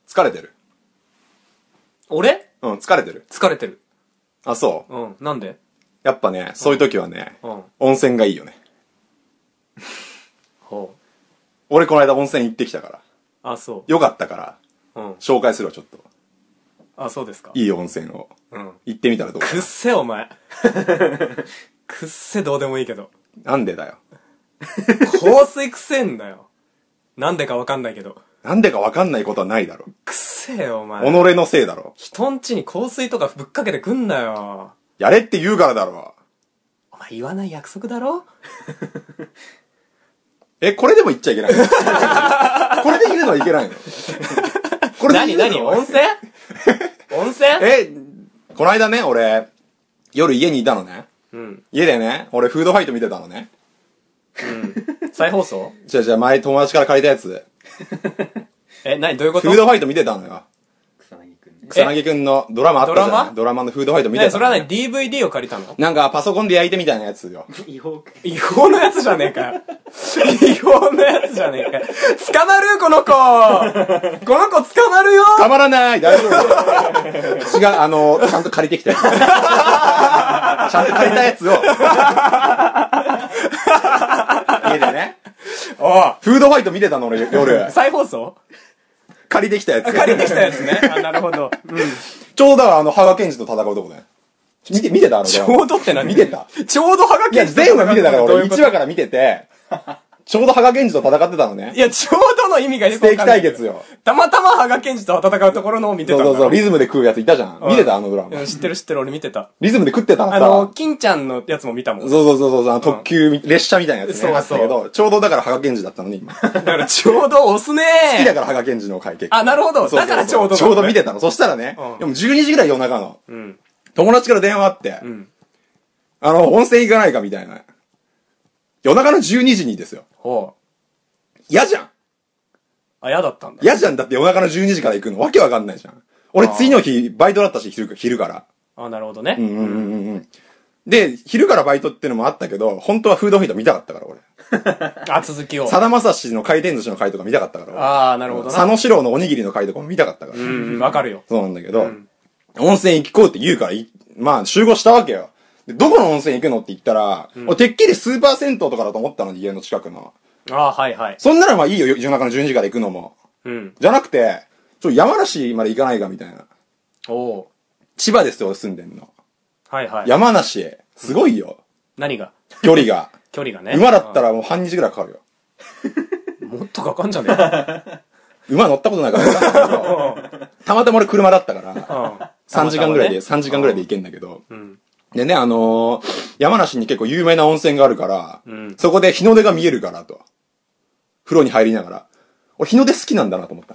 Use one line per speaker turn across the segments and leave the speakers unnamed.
疲れてる。
俺？
うん、疲れてる。
疲れてる。
あ、そ
うん。なんで？
やっぱね、そういう時はね、
うん。
温泉がいいよね。
ほう。
俺この間温泉行ってきたから。
あ、そ
よかったから、
う。うん。
紹介するわ、ちょっと。
あ、そうですか。
いい温泉を。
うん。
行ってみたらどうかな。
くっせお前。くっせどうでもいいけど。
なんでだよ。
香水くせんだよ。なんでかわかんないけど。
なんでかわかんないことはないだろ。
くっせえよ、お前。
己のせいだろ。
人ん家に香水とかぶっかけてくんなよ。
やれって言うからだろ。
お前言わない約束だろ？
これでも言っちゃいけないのこれで言うのはいけないのこれで言うの
何温泉温泉
この間ね、俺、夜家にいたのね。
うん。
家でね、俺フードファイト見てたのね。
うん。再放送？
じゃあ前友達から借りたやつ。
何どういうこと？
フードファイト見てたのよ。草薙くんのドラマあったじゃん。ドラマのフードファイト見てたの。
それは何 DVD を借りたの？
なんかパソコンで焼いてみたいなやつよ。
違法のやつじゃねえかよ。違法のやつじゃねえかよ。捕まるこの子この子捕まるよ
捕まらない大丈夫違う、ちゃんと借りてきたやつ。ちゃんと借りたやつを。家でね。フードファイト見てたの俺、夜。
再放送？
借りてきたやつ。
借りてきたやつね。あ、なるほど。うん。
ちょうど羽賀健二と戦うとこだよ。見てた
ちょうどって何？
見てた。
ちょうど羽賀健二と戦う。
いや、全部見てたから俺1話から見てて、ちょうど羽賀健二と戦ってたのね。
いや、ちょうどの意味が
ステーキ対決よ。
たまたま羽賀健二と戦うところのを見てたんだ。
そう、リズムで食うやついたじゃん。見てたドラマ。
知ってる俺見てた。
リズムで食ってたのさ。
金ちゃんのやつも見たもん。
そう、特急、列車みたいなやつね。あったけど、ちょうどだから羽賀健二だったのに、今。
だからちょうど押すねー。
好きだから羽賀健二の回結構。
あ、なるほど。だからちょうど。
ちょうど見てたの。そしたらね、でも12時ぐらい夜中の。友達から電話あって、温泉行かないかみたいな。夜中の12時にですよ。
ほう。
嫌じゃん。
あ、嫌だったんだ。
嫌じゃん。だって夜中の12時から行くの。わけわかんないじゃん。俺次の日、バイトだったし、昼から。
あ、なるほどね。
で、昼からバイトってのもあったけど、本当はフードファイト見たかったから、俺。
あ、続きを。
さだまさしの回転寿司の回とか見たかったから。
ああ、なるほどな。
佐野史郎のおにぎりの回とかも見たかったから。
わかるよ。
そうなんだけど、温泉行こうって言うから、まあ、集合したわけよ。で、どこの温泉行くのって言ったら、俺てっきりスーパー銭湯とかだと思ったの、家の近くの。
ああ、はいはい。
そんならまあいいよ、夜中の12時から行くのも。じゃなくて、山梨まで行かないかみたいな。千葉ですよ、住んでんの。
はいはい。
山梨へ。すごいよ。
何が？
距離が。
距離がね。
馬だったらもう半日ぐらいかかるよ。
もっとかかんじゃねえ
馬乗ったことないから分かんないけど、たまたま俺車だったから、3時間ぐらいで行けんだけど。でね、山梨に結構有名な温泉があるから、そこで日の出が見えるからと。風呂に入りながら。俺日の出好きなんだなと思った。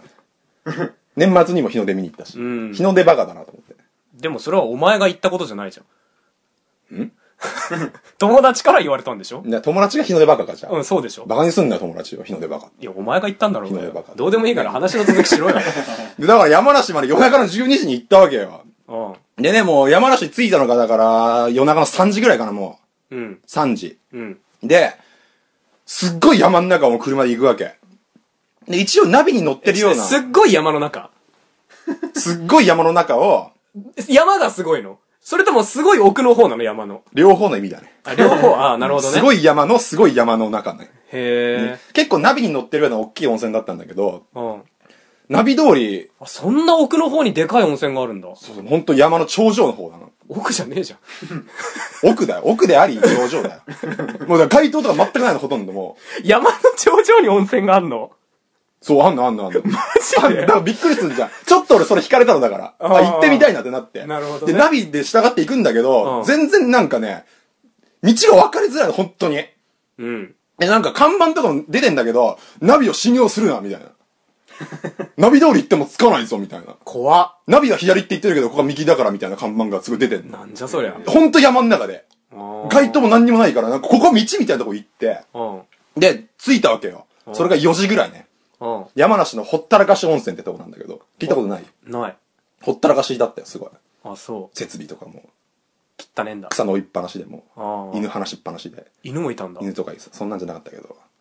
年末にも日の出見に行ったし。日の出バカだなと思って。
でもそれはお前が言ったことじゃないじゃん。友達から言われたんでしょ？
友達が日の出バカかじゃん。
そうでしょ。
バカにすんなよ友達を、日の出バカ。
いや、お前が言ったんだろう。
日の出バカ。
どうでもいいから話の続きしろよ。
で、だから山梨まで夜中の12時に行ったわけよ。でね、もう山梨着いたのがだから夜中の3時ぐらいかな、もう。3時。で、すっごい山の中を車で行くわけ。で、一応ナビに乗ってるような。
すっごい山の中。
すっごい山の中を。
山がすごいの？それともすごい奥の方なの、山の。
両方の意味だね。
両方、なるほどね。
すごい山のすごい山の中ね。
へー。
結構ナビに乗ってるような大きい温泉だったんだけど、ナビ通り。
そんな奥の方にでかい温泉があるんだ。
そう、ほんと山の頂上の方なの。
奥じゃねえじゃん。
奥だよ。奥であり、頂上だよ。もうだから街灯とか全くないの、ほとんども
う。山の頂上に温泉があんの？
そう、あんの。マジで？だからびっくりするじゃん。ちょっと俺それ惹かれたのだから。行ってみたいなってなって。
なるほどね。
で、ナビで従って行くんだけど、全然なんかね、道が分かりづらいの、本当に。なんか看板とかも出てんだけど、ナビを信用するな、みたいな。ナビ通り行ってもつかないぞ、みたいな。
怖っ。
ナビは左って言ってるけど、ここは右だから、みたいな看板がすごい出てんの。
なんじゃそりゃ。
ほんと山の中で。街灯も何にもないから、なんかここ道みたいなとこ行って、で、着いたわけよ。それが4時ぐらいね。山梨のほったらかし温泉ってとこなんだけど、聞いたことない？
ない。
ほったらかしだったよ、すごい。
あ、そう。
設備とかも。
汚ねえんだ。
草の追いっぱなしでも。犬放しっぱなしで。
犬もいたんだ。
犬とかそんなんじゃなかったけど。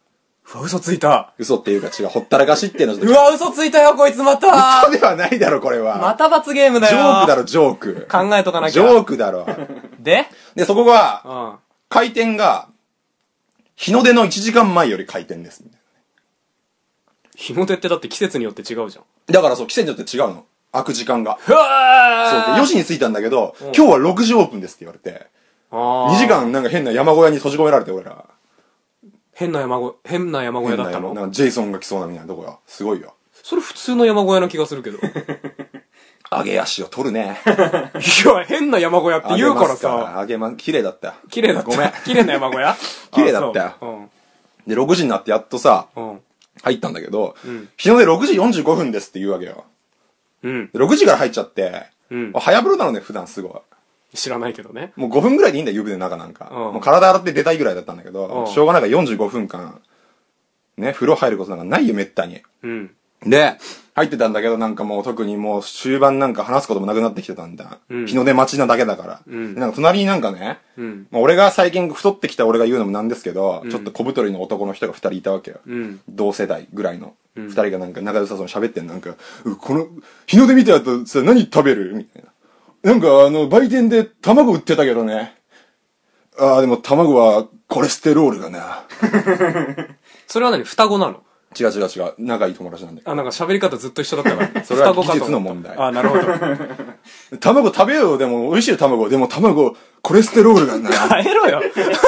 うわ、嘘ついた。
嘘っていうか違う、ほったらかしっていうの
うわ、嘘ついたよ、こいつまた。
嘘ではないだろ、これは。
また罰ゲームだよ。
ジョークだろ、ジョーク。
考えとかなきゃ。
ジョークだろ。
で、
そこが、開店が、日の出の1時間前より開店です。
日の出ってだって季節によって違うじゃん。
だからそう、季節によって違うの。開く時間が。
うわ
そうで、4時に着いたんだけど、今日は6時オープンですって言われて、2時間なんか変な山小屋に閉じ込められて、俺ら。
変な山小屋だったの？
なんかジェイソンが来そうなみたいなとこが。すごいよ。
それ普通の山小屋の気がするけど。
揚げ足を取るね。
いや、変な山小屋って言うからさ。
綺麗だったよ。
綺麗だった。
ごめん。
綺麗な山小屋
綺麗だったよ。で、6時になってやっとさ、入ったんだけど、日の出6時45分ですって言うわけよ。6時から入っちゃって、早風呂なのね、普段すごい。
知らないけどね。
もう5分ぐらいでいいんだよ、湯船の中なんか。もう体洗って出たいぐらいだったんだけど、しょうがないから45分間、ね、風呂入ることなんかないよ、めったに。で、入ってたんだけど、なんかもう特にもう終盤なんか話すこともなくなってきてたんだ。日の出待ちなだけだから。なんか隣になんかね、俺が最近太ってきた俺が言うのもなんですけど、ちょっと小太りの男の人が2人いたわけよ。同世代ぐらいの。2人がなんか仲良さそうに喋ってんなんか、この、日の出見た後さ、何食べるみたいな。なんか売店で卵売ってたけどね。でも卵はコレステロールがな。
それは何？双子なの？
違う。仲いい友達なんだけど。
なんか喋り方ずっと一緒だったから。
それは技術の問題。
なるほ
ど。卵食べようよ、でも美味しいよ卵。でも卵、コレステロールがな。
変えろよ。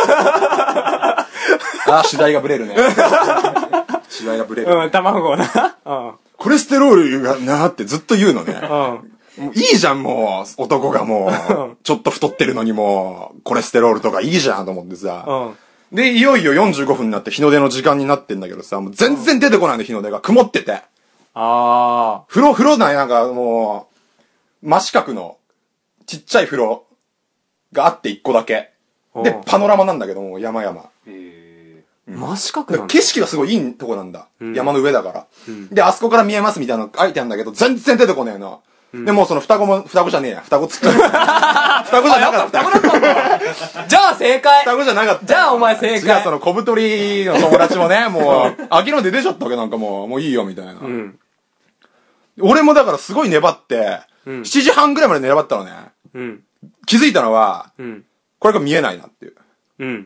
主題がブレるね。主題がブレる。
卵な。
コレステロールがなってずっと言うのね。もういいじゃん、もう。男がもう。ちょっと太ってるのにもう、コレステロールとかいいじゃんと思ってさ。で、いよいよ45分になって日の出の時間になってんだけどさ、もう全然出てこないの、日の出が。曇ってて。風呂ない、なんかもう、真四角の、ちっちゃい風呂があって1個だけ。で、パノラマなんだけども、山々。
真四角なんだ。
景色がすごいいいとこなんだ。山の上だから。で、あそこから見えますみたいなの書いてあるんだけど、全然出てこねえな。でもその双子じゃねえや。双子つっちゃった。双子じゃなかった。
双子だったんだ。じゃあ正解。
双子じゃなかった。
じゃあお前正解。
違う、その小太りの友達もね、もう、諦めて出ちゃったわけなんかもういいよみたいな。俺もだからすごい粘って、7時半ぐらいまで粘ったのね。気づいたのは、これが見えないなっていう。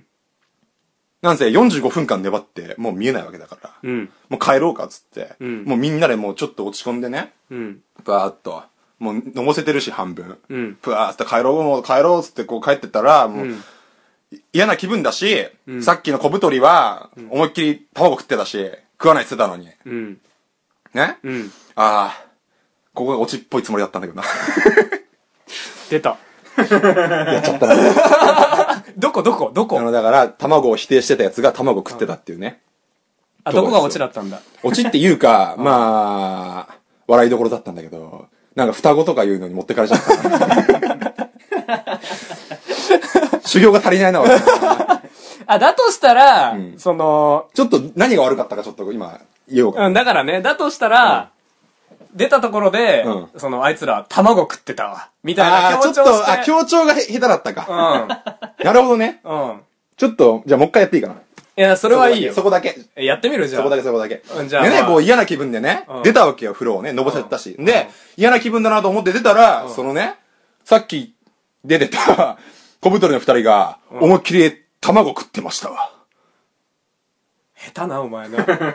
なんせ45分間粘って、もう見えないわけだから。もう帰ろうかっつって。もうみんなでもうちょっと落ち込んでね。バーっと。もう飲ませてるし半分。プワーって帰ろうっつってこう帰ってったら、もう、嫌な気分だし、さっきの小太りは、思いっきり卵食ってたし、食わないって言ってたのに。ねここがオチっぽいつもりだったんだけどな。
出た。
やっちゃったな。
どこ
だから、卵を否定してたやつが卵食ってたっていうね。
どこがオチだったんだ。
オチっていうか、まあ、笑いどころだったんだけど、なんか双子とか言うのに持ってかれちゃった。修行が足りないな、俺。
だとしたら、
ちょっと何が悪かったかちょっと今言おうか。
だからね、だとしたら、出たところで、あいつら卵食ってたわ。みたいな強調して。
強調が下手だったか。なるほどね。ちょっと、じゃあもう一回やっていいかな。
いや、それはいいよ。
そこだけ。
やってみるじゃん。
そこだけ。
じゃあ。
でね、こう嫌な気分でね、出たわけよ、風呂をね、のぼせたし。で、嫌な気分だなと思って出たら、そのね、さっき出てた小太りの二人が、思いっきり卵食ってましたわ。
下手な、お前な。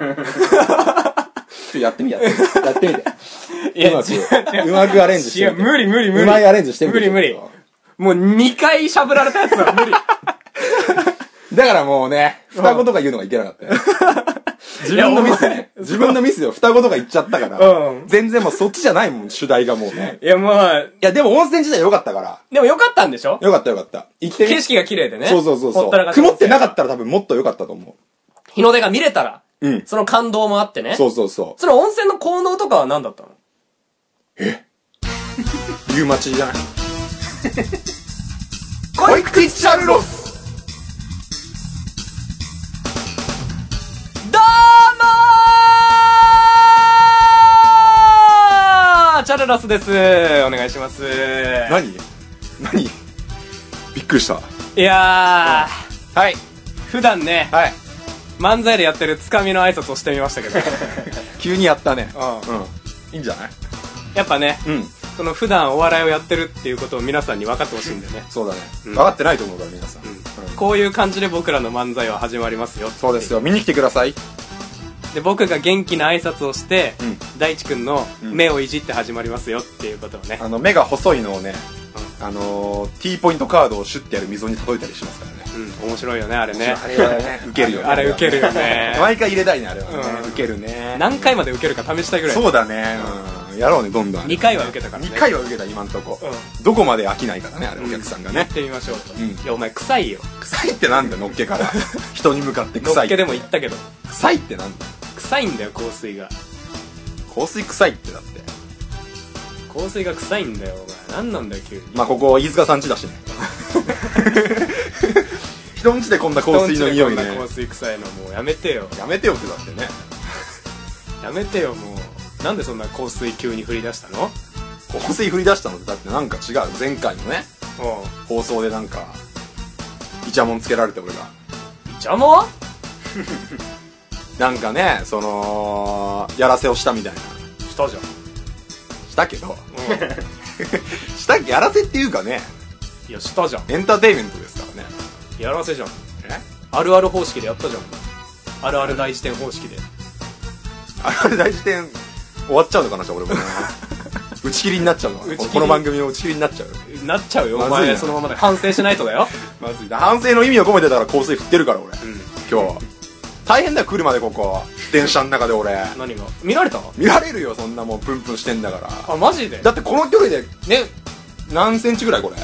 やってみて。
いや、
うまくアレンジしてみて。
いや、無理。
うまいアレンジしてみて。
無理。もう2回しゃぶられたやつは無理。
だからもうね、双子とか言うのがいけなかったよ。自分のミスね。自分のミスよ。双子とか言っちゃったから。全然もうそっちじゃないもん、主題がもうね。
いや、もう。
いや、でも温泉自体良かったから。
でも良かったんでしょ？
良かった。行って
景色が綺麗でね。
そう。曇ってなかったら多分もっと良かったと思う。
日の出が見れたら。その感動もあってね。
そう。
その温泉の効能とかは何だったの？
夕待ちじゃない恋口チャルロス。
どうもチャルロスです。お願いします。
何びっくりした。
いやー、
はい。
普段ね、 漫才でやってるつかみの挨拶をしてみましたけど
急にやったね。
うん。
いいんじゃない？
やっぱね、その普段お笑いをやってるっていうことを皆さんに分かってほしいんだよね。
そうだね。分かってないと思うから、皆さん。
こういう感じで僕らの漫才は始まりますよ。
そうですよ。見に来てください。
で、僕が元気な挨拶をして、大地くんの目をいじって始まりますよっていうことをね。
目が細いのをね、T ポイントカードをシュッてやる溝に例えたりしますからね。
面白いよね、あれね。
あれはね、ウケるよね。
あれウケるよね。
毎回入れたいね、あれはね。ウケるね。
何回までウケるか試したいぐらい。
そうだね。やろうね、どんどん。
2回は受けたからね。
2回は受けた、今んとこ。どこまで飽きないからね、あれ、お客さんがね。
やってみましょうと。いや、お前臭いよ。
臭いってなんだよ、のっけから。人に向かって臭い。
のっけでも言ったけど。
臭いってなんだよ。
臭いんだよ、香水が。
香水臭いってだって。
香水が臭いんだよ、お前。なんなんだよ、急に。
まあ、ここ、飯塚さん家だしね。人ん家でこんな香水の匂いね。
香水臭いのもうやめてよ。
やめてよってだってね。
やめてよ、もう。なんでそんな香水急に振り出したの？
香水振り出したのってだってなんか違う。前回のね、放送でなんか、イチャモンつけられて俺が。
イチャモン？
なんかね、やらせをしたみたいな。
したじゃん。
したけど。したやらせっていうかね。
いや、したじゃん。
エンターテイメントですからね。
やらせじゃん。あるある方式でやったじゃん。あるある大辞典方式で。
あるある大辞典終わっちゃうのかな、俺もね。打ち切りになっちゃうのかな。この番組の打ち切りになっちゃう。
なっちゃうよ、お前そのままで反省しないとだよ。
まずい。反省の意味を込めてたから香水振ってるから俺。今日。大変だよ、来るまでここ。電車の中で俺。
何が見られた？
見られるよ、そんなもんプンプンしてんだから。
あ、マジで？
だってこの距離で、ね、何センチぐらいこれ？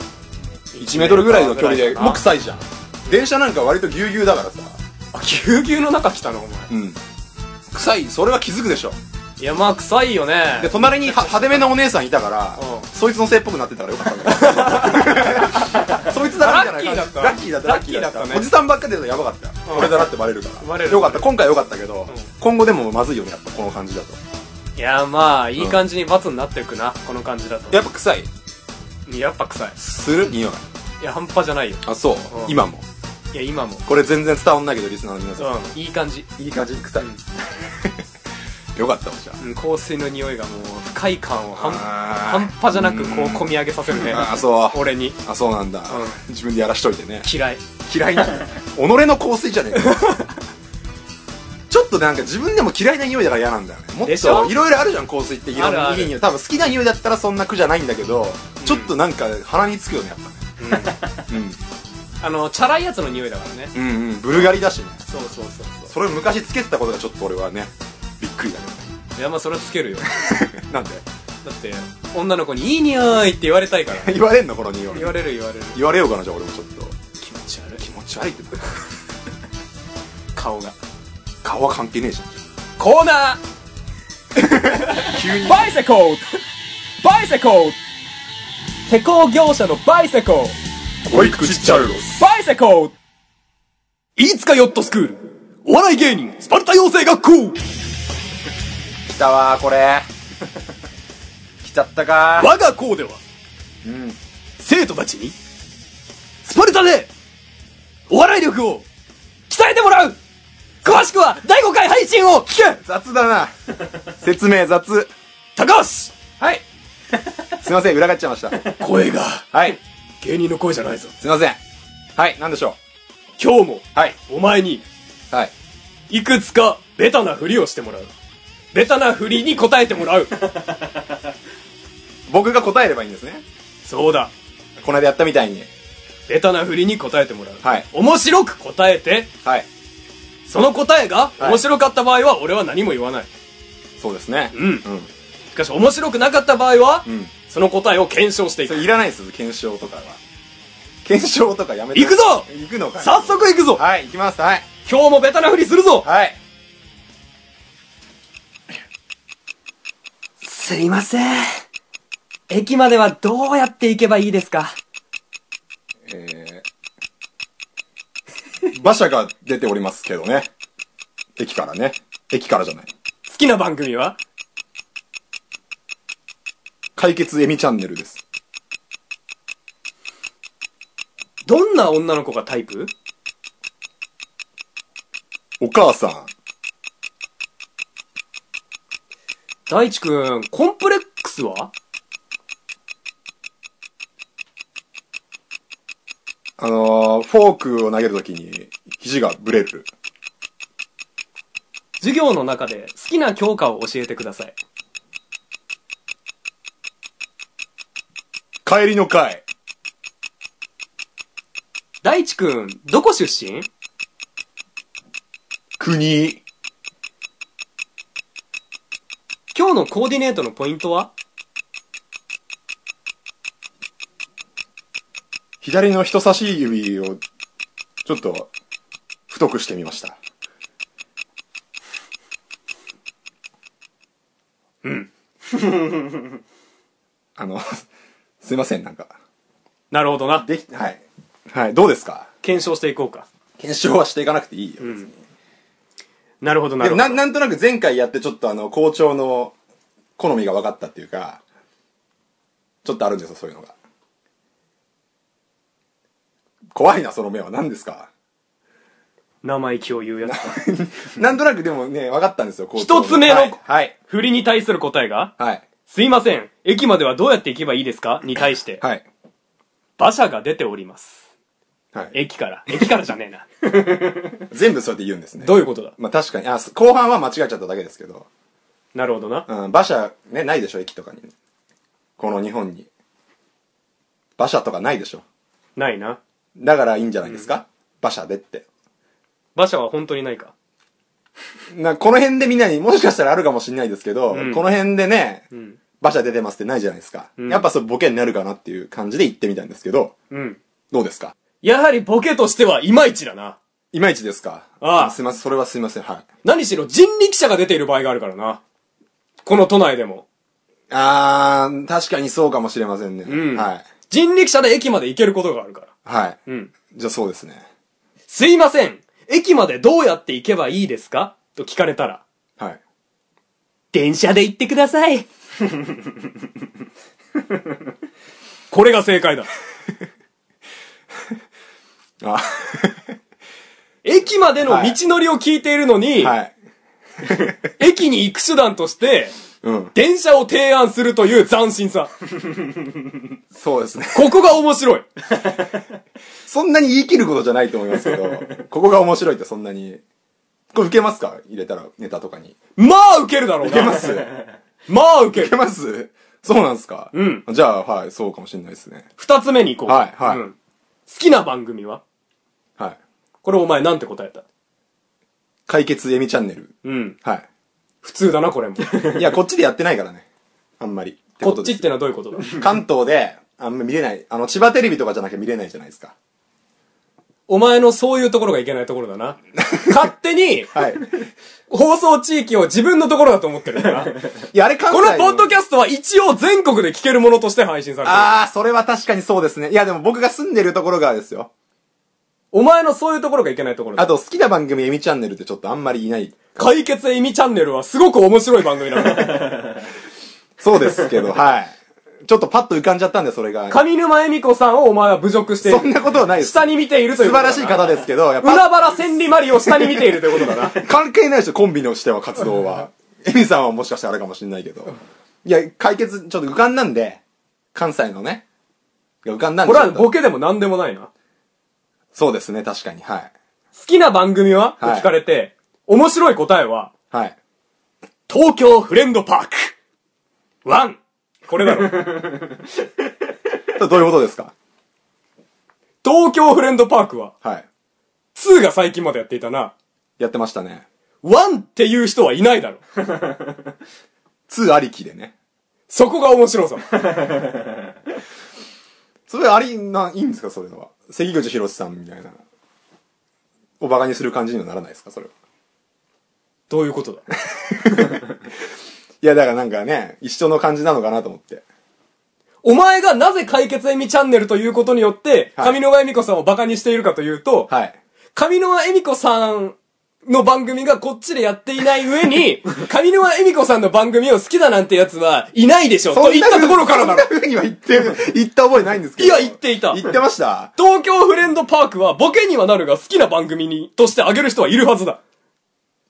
1 メートルぐらいの距離で、もう臭いじゃん。電車なんか割とぎゅうぎゅうだからさ。
あ、ぎゅうぎゅうの中来たのお前。
臭い、それは気づくでしょ。
いや、まあ臭いよね。
で、隣に派手めなお姉さんいたから、そいつのせいっぽくなってたからよかったそいつだらけじゃないか。ラッキーだったね。おじさんばっかりでやばかったよ。俺だなってバレるから。よかった。今回よかったけど、今後でもまずいよね、やっぱこの感じだと。
いや、まあ、いい感じに罰になっていくな、この感じだと。
やっぱ臭い？
やっぱ臭い。
する？匂い。い
や、半端じゃないよ。
あ、そう。今も。
いや、今も。
これ全然伝わんないけど、リスナーの皆さ
ん。いい感じ。
いい感じ、臭い。よかったわ、じゃあ。
香水の匂いがもう、不快感を半端じゃなくこう、込み上げさせるね。
あ、そう。
俺に。
あ、そうなんだ。自分でやらしといてね。
嫌い
なんだ。己の香水じゃねえか。ちょっとなんか自分でも嫌いな匂いだから嫌なんだよね。もっといろいろあるじゃん、香水っていろんな匂い。多分好きな匂いだったらそんな苦じゃないんだけど、ちょっとなんか鼻につくよね、やっぱね。
チャラいやつの匂いだからね。
ブルガリだしね。
そう。
それを昔つけてたことがちょっと俺はね、びっくりだけどね。
いや、まあそれはつけるよ。
なんで？
だって、女の子にいい匂いって言われたいから。
言われんの、この匂い。
言われる。
言われようかな、じゃあ俺もちょっと。
気持ち悪い。
気持ち悪いって言って。
顔が。
顔は関係ねえじゃん。
コーナー急に。バイセコ施工業者のバイセコ
保育ちっちゃいよ。
バイセコ飯塚ヨットスクールお笑い芸人スパルタ養成学校
来たわー、これ。来ちゃったかー。
我が校では、生徒たちに、スパルタで、お笑い力を、鍛えてもらう詳しくは、第5回配信を聞け
雑だな。説明雑。
高橋
はい。すいません、裏返っちゃいました。
声が、
はい。
芸人の声じゃないぞ。
すいません。はい、なんでしょう。
今日も、
はい。
お前に、
はい。
いくつかベタなふりをしてもらう。ベタなふりに答えてもらう。
僕が答えればいいんですね。
そうだ。
この間やったみたいに。
ベタなふりに答えてもらう。
はい。
面白く答えて。
はい。
その答えが面白かった場合は俺は何も言わない。
そうですね。
しかし面白くなかった場合は、その答えを検証していく。
それいらないです、検証とかは。検証とかやめて。
行くぞ！
行くのか。
早速行くぞ！
はい、行きます。はい。
今日もベタなふりするぞ！
はい。
すいません。駅まではどうやって行けばいいですか？
馬車が出ておりますけどね。駅からね。駅からじゃない。
好きな番組は？
解決エミチャンネルです。
どんな女の子がタイプ？
お母さん。
大地くん、コンプレックスは？
フォークを投げるときに肘がブレる。
授業の中で好きな教科を教えてください。
帰りの会。
大地くん、どこ出身？
国。
今日のコーディネートのポイントは？
左の人差し指をちょっと太くしてみました。
うん。
すいません、なんか。
なるほどな。
はい。はい、どうですか？
検証していこうか。
検証はしていかなくていいよ、別に。
なるほど、なるほど。
なんとなく前回やってちょっと校長の好みが分かったっていうか、ちょっとあるんですよ、そういうのが。怖いな、その目は。何ですか？
生意気を言うやつだ。
なんとなくでもね、分かったんですよ、
一つ目の、
はい。
振りに対する答えが、
はい。
すいません、駅まではどうやって行けばいいですかに対して、
はい。
馬車が出ております。
はい。
駅からじゃねえな。
全部そうやって言うんですね。
どういうことだ？
まあ確かに、後半は間違えちゃっただけですけど。
なるほどな。
うん、馬車ね、ないでしょ、駅とかに。この日本に。馬車とかないでしょ。
ないな。
だからいいんじゃないですか？馬車でって。
馬車は本当にないか。
この辺でみんなにもしかしたらあるかもしれないですけど、この辺でね、馬車出てますってないじゃないですか。やっぱボケになるかなっていう感じで言ってみたんですけど、どうですか？
やはりボケとしてはいまいちだな。
いまいちですか？
ああ。
すいません、それはすいません、はい。
何しろ人力車が出ている場合があるからな。この都内でも。
確かにそうかもしれませんね。はい。
人力車で駅まで行けることがあるから。
はい。じゃあそうですね。
すいません。駅までどうやって行けばいいですかと聞かれたら。
はい。
電車で行ってください。これが正解だ。駅までの道のりを聞いているのに、はい、駅に行く手段として、電車を提案するという斬新さ。
そうですね。
ここが面白い。
そんなに言い切ることじゃないと思いますけど、ここが面白いってそんなに。これ受けますか？入れたらネタとかに。
まあ受けるだろうな。
受けます？
まあ受ける。
受けます？そうなんですか？じゃあ、はい、そうかもしれないですね。
二つ目に行こう。
はい、はい。
好きな番組は？
はい。
これお前なんて答えた？
解決エミチャンネル。はい。
普通だな、これも。
いや、こっちでやってないからね。あんまり。
こっちってのはどういうことだ？
関東で、あんま見れない。千葉テレビとかじゃなきゃ見れないじゃないですか。
お前のそういうところがいけないところだな。勝手に、
はい。
放送地域を自分のところだと思ってるんだな。い
や、あれ関西
このポッドキャストは一応全国で聞けるものとして配信されてる。
それは確かにそうですね。いや、でも僕が住んでるところがですよ。
お前のそういうところがいけないところだ。
あと、好きな番組エミチャンネルってちょっとあんまりいない。
解決エミチャンネルはすごく面白い番組なんだ。
そうですけど、はい。ちょっとパッと浮かんじゃったんで、それが。
上沼恵美子さんをお前は侮辱している。
そんなことはないです。
下に見ているという
素晴らしい方ですけど、
やっぱ。海原千里マリを下に見ているということだな。
関係ないでしょ、コンビのしては活動は。エミさんはもしかしたらあれかもしれないけど。いや、解決、ちょっと浮かんだんで、関西のね。浮かんだんで。
これはボケでも何でもないな。
そうですね、確かに。はい。
好きな番組はと聞かれて、面白い答えは、
はい。
東京フレンドパーク。1。これだろ。
どういうことですか？
東京フレンドパークは、
はい。
2が最近までやっていたな。
やってましたね。
1っていう人はいないだろ。
2ありきでね。
そこが面白さ。
それいいんですか、それは。関口博さんみたいな。おバカにする感じにはならないですか、それは。
どういうことだ？
いや、だからなんかね、一緒の感じなのかなと思って。
お前がなぜ解決エミチャンネルということによって、上沼恵美子さんをバカにしているかというと、
はい。
上沼恵美子さんの番組がこっちでやっていない上に、上沼恵美子さんの番組を好きだなんてやつはいないでしょと言ったところからだろ。
そんな風には言った覚えないんですけど。
いや、言っていた。
言ってました？
東京フレンドパークはボケにはなるが好きな番組としてあげる人はいるはずだ。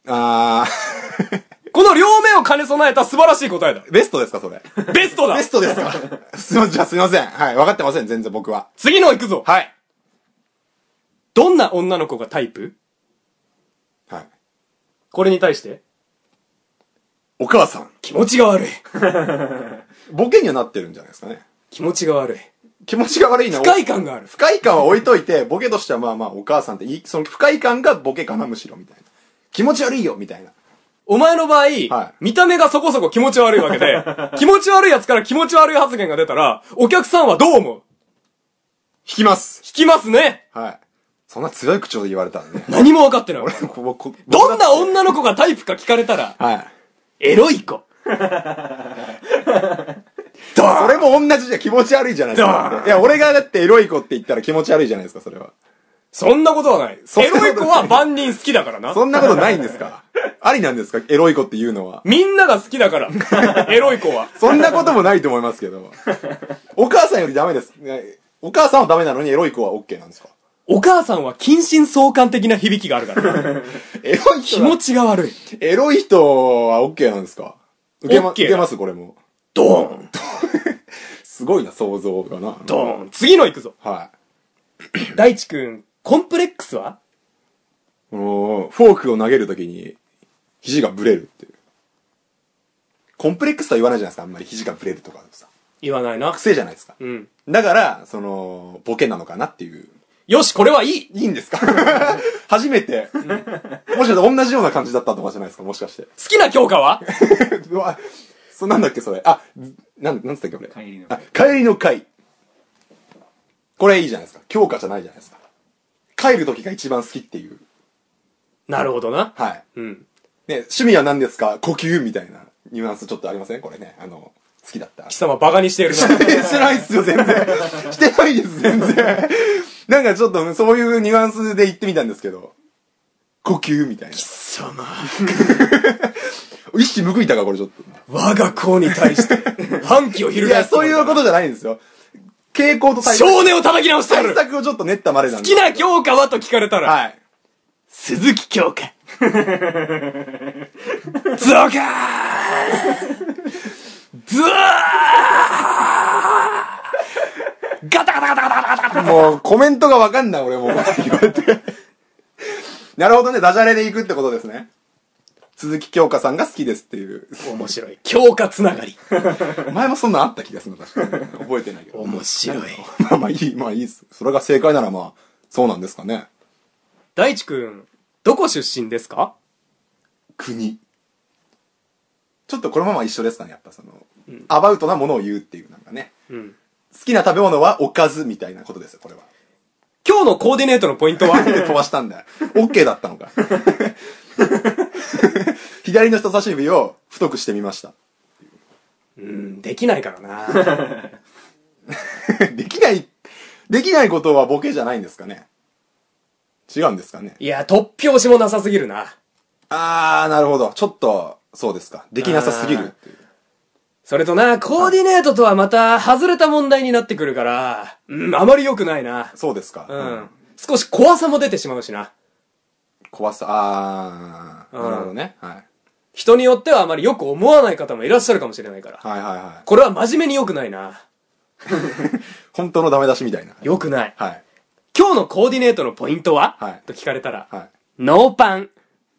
この両面を兼ね備えた素晴らしい答えだ。
ベストですか、それ。
ベストだ。
ベストですか。すいません。はい、分かってません、全然僕は。
次の行くぞ。
はい。
どんな女の子がタイプ？
はい。
これに対して、
お母さん。
気持ちが悪い。
ボケにはなってるんじゃないですかね。
気持ちが悪い。
気持ちが悪いな。
不快感がある。
不快感は置いといて、ボケとしてはまあまあお母さんってその不快感がボケかな、むしろ、みたいな。気持ち悪いよ、みたいな。
お前の場合、
はい、
見た目がそこそこ気持ち悪いわけで、気持ち悪いやつから気持ち悪い発言が出たら、お客さんはどう思う？
引きます。
引きますね。
はい。そんな強い口調で言われたらね。
何も分かってない。
俺
どんな女の子がタイプか聞かれたら、
はい。
エロい子。
それも同じじゃ気持ち悪いじゃないですか。いや、俺がだってエロい子って言ったら気持ち悪いじゃないですか、それは。
そんなことはない。エロい子は万人好きだからな。
そんなことないんですか？ありなんですか？エロい子っていうのは。
みんなが好きだから。エロい子は。
そんなこともないと思いますけど。お母さんよりダメです。お母さんはダメなのにエロい子は OK なんですか？
お母さんは近親相関的な響きがあるから。
エロい人
気持ちが悪い。
エロい人は OK なんですか？受けますこれも。
ドーン。
すごいな、想像がな。
ドーン。次の行くぞ。
はい。
大地くん、コンプレックスは？
フォークを投げるときに、肘がブレるっていう。コンプレックスとは言わないじゃないですか、あんまり肘がブレるとかさ。
言わないな。
癖じゃないですか。
うん。
だから、ボケなのかなっていう。
よし、これはいい。
いいんですか？初めて。もしかして同じような感じだったとかじゃないですか、もしかして。
好きな教科は？
うわ、なんだっけ、それ。なんつったっけ、俺。
帰りの会。
帰りの会。これいいじゃないですか。教科じゃないじゃないですか。帰る時が一番好きっていう。
なるほどな。
はい。
うん。
ね、趣味は何ですか？呼吸みたいなニュアンスちょっとありません？これね。好きだった。
貴様バカにしているな。
してないっすよ、全然。してないです、全然。なんかちょっとそういうニュアンスで言ってみたんですけど。呼吸みたいな。
貴様。
一矢報いたか、これちょっと。
我が子に対して、反旗を翻す。
いや、そういうことじゃないんですよ。傾向と対策。
少年を叩き直してやる。
対策をちょっと練ったまでなんで。
好きな教科はと聞かれたら。
はい。
鈴木教科。ゾカーズワーガタガタガタガタガタガタ。
もうコメントがわかんない、俺もう。言われて。なるほどね、ダジャレで行くってことですね。鈴木京香さんが好きですっていう。
面白い。教科つながり。
前もそんなあった気がするの、確かに。覚えてないけど。
面白い。
まあいいです。それが正解ならまあ、そうなんですかね。
大地くん、どこ出身ですか？
国。ちょっとこのまま一緒ですかね、やっぱアバウトなものを言うっていうなんかね。
うん。
好きな食べ物はおかずみたいなことですよ、これは。
今日のコーディネートのポイントは？
なんで飛ばしたんだよ。OK だったのか。左の人差し指を太くしてみました。
できないからな。
できないことはボケじゃないんですかね。違うんですかね。
いや、突拍子もなさすぎるな。
なるほど。ちょっと、そうですか。できなさすぎるっていう。
それとな、コーディネートとはまた外れた問題になってくるから、あまり良くないな。
そうですか。
少し怖さも出てしまうしな。
怖さ、なるほどね。はい。
人によってはあまりよく思わない方もいらっしゃるかもしれないから。
はいはいはい。
これは真面目に良くないな。
本当のダメ出しみたいな。
良くない。
はい。
今日のコーディネートのポイントは？
はい。
と聞かれたら、
はい。
ノーパン。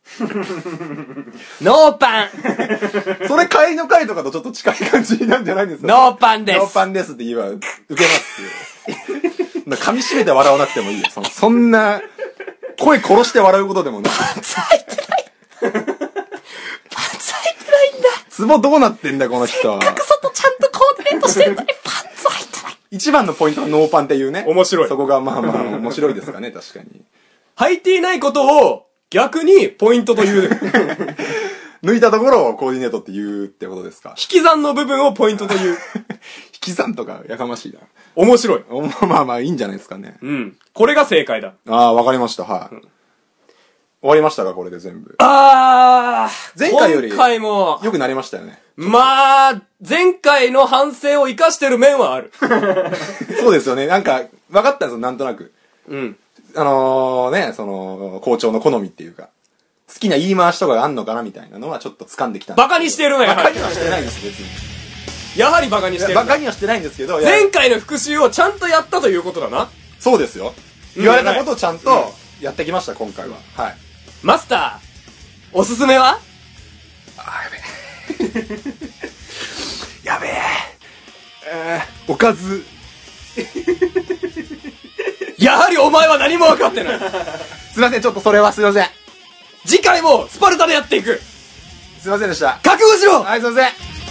ノーパン。
それ帰りの会とかとちょっと近い感じなんじゃないんですか？
ノーパンです。
ノーパンですって言えば、受けますよ。噛み締めて笑わなくてもいいよ。そんな、声殺して笑うことでもない。
パンツ入ってない。パンツ入ってないんだ。
ツボどうなってんだこの人。
せっかく外ちゃんとコーディネートしてるのにパンツ入ってない。
一番のポイントはノーパンっていうね。
面白い。
そこがまあまあ面白いですかね、確かに。
履いていないことを逆にポイントという。
抜いたところをコーディネートって言うってことですか。
引き算の部分をポイントという。
引き算とかやかましいな。
面白い。
まあまあいいんじゃないですかね。
これが正解だ。
わかりました。はい。終わりましたか、これで全部。前回より
今回も
良くなりましたよね。
まあ、前回の反省を生かしてる面はある。
そうですよね。なんか、分かったんですよ、なんとなく。
ね、
校長の好みっていうか。 好きな言い回しとかがあんのかなみたいなのはちょっと掴んできた。
バカにしてるのよ。
バカにはしてないです、別に。
やはりバカにしてる。
バカにはしてないんですけど、
前回の復習をちゃんとやったということだな。
そうですよ。言われたことをちゃんとやってきました、今回は。はい。
マスター、おすすめは？
やべえ。やべえ。おかず。
やはりお前は何も分かってない。
すいません、ちょっとそれはすいません。
次回もスパルタでやっていく。
すいませんでした。
覚悟しろ。
はい、すいません。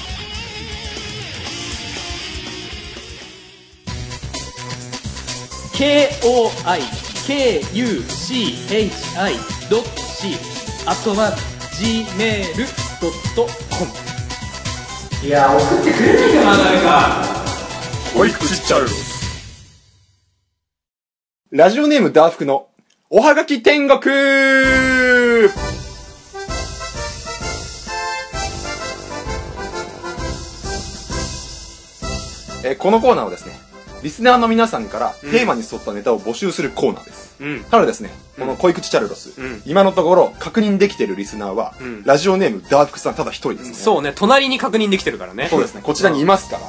KOIKUCHI.C@gmail.com。 いやー、送ってくれないかな、誰か。
おいくちっちゃう。ラジオネームダーフクのおはがき天国。このコーナーはですね、リスナーの皆さんからテーマに沿ったネタを募集するコーナーです。ただですね、この恋口チャルロス、今のところ確認できているリスナーは、ラジオネームダーフクさんただ一人ですね。
そうね、隣に確認できてるからね。
そうですね、こちらにいますから。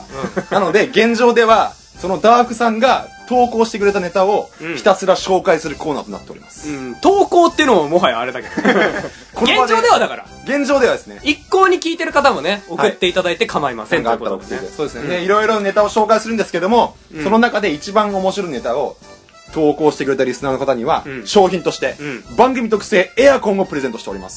なので、現状では、そのダーフさんが投稿してくれたネタをひたすら紹介するコーナーとなっております。
投稿っていうのももはやあれだけど。現状ではだから。
現状ではですね。
一向に聞いてる方もね、送っていただいて構いません。
そうですね。いろいろネタを紹介するんですけども、その中で一番面白いネタを投稿してくれたリスナーの方には、商品として、番組特製エアコンをプレゼントしております。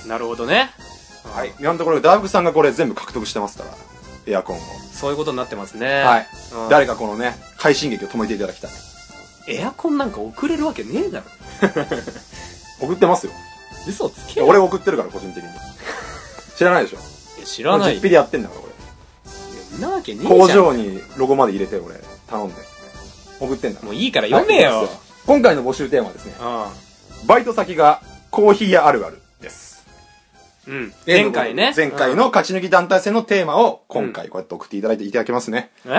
なるほどね。
はい。今のところダーフさんがこれ全部獲得してますから、エアコンを。
そういうことになってますね。
はい。誰かこのね、快進撃を止めていただきたい。
エアコンなんか送れるわけねえだろ。
送ってますよ。
嘘つけよ。
俺送ってるから、個人的に。知らないでしょ。
知らない。
実費でやってんだから、俺。
いや、なわけねえじゃん。
工場にロゴまで入れて、俺、頼んで。送ってんだ。
もういいから読めよ。
今回の募集テーマはですね、バイト先がコーヒー屋あるあるです。
前回ね。
前回の勝ち抜き団体戦のテーマを、今回こうやって送っていただけますね。はい。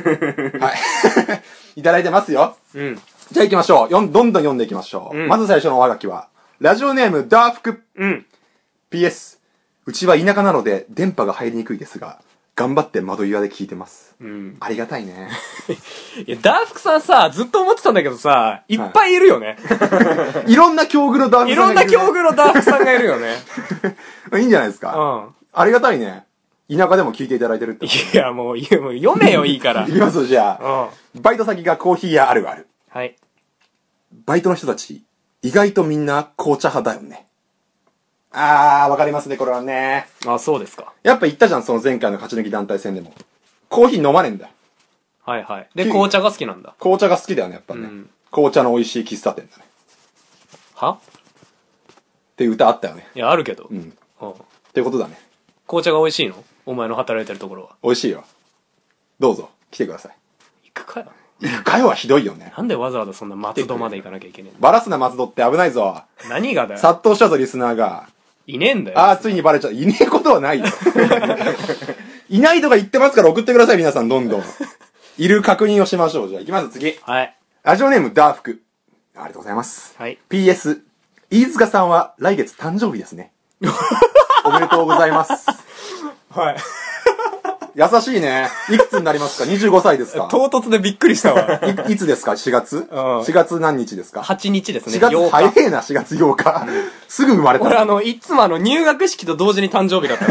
いただいてますよ。じゃあ行きましょう。どんどん読んでいきましょう。まず最初のおはがきは、ラジオネームダーフク。PS。うちは田舎なので電波が入りにくいですが、頑張って窓際で聞いてます。ありがたいね。
いや、ダーフクさんさ、ずっと思ってたんだけどさ、いっぱいいるよね。
いろんな境遇のダーフクさんがいる、ね。
いろんな境遇のダーフクさんがいるよね。
いいんじゃないですか。ありがたいね。田舎でも聞いていただいてるって。
いや、もう読めよ、いいから。
いきますよ、じゃあ。バイト先がコーヒー屋あるある。
はい。
バイトの人たち、意外とみんな紅茶派だよね。わかりますね、これはね。
そうですか。
やっぱ言ったじゃん、その前回の勝ち抜き団体戦でも。コーヒー飲まねえんだよ。
はいはい。で、紅茶が好きなんだ。
紅茶が好きだよね、やっぱね。紅茶の美味しい喫茶店だね。
は
っていう歌あったよね。
いや、あるけど。
ってことだね。
紅茶が美味しいの？お前の働いてるところは。
美味しいよ。どうぞ、来てください。
行くかよ。
行くかよはひどいよね。
なんでわざわざそんな松戸まで行かなきゃいけねえんだ。
バラすな松戸って危ないぞ。
何がだよ。
殺到したぞ、リスナーが。
いねえんだよ。
ついにバレちゃう。いねえことはないよ。いないとか言ってますから送ってください、皆さん、どんどん。いる確認をしましょう。じゃあ、行きます、次。
はい。
ラジオネーム、ダーフク。ありがとうございます。
はい。
PS、飯塚さんは来月誕生日ですね。おめでとうございます。
はい。
優しいね。いくつになりますか？ 25 歳ですか？
唐突でびっくりしたわ。
いつですか？ 4 月 ?4 月何日ですか？
8日ですね。
4月早いな、4月8日。すぐ生まれた。
俺いつも入学式と同時に誕生日だった。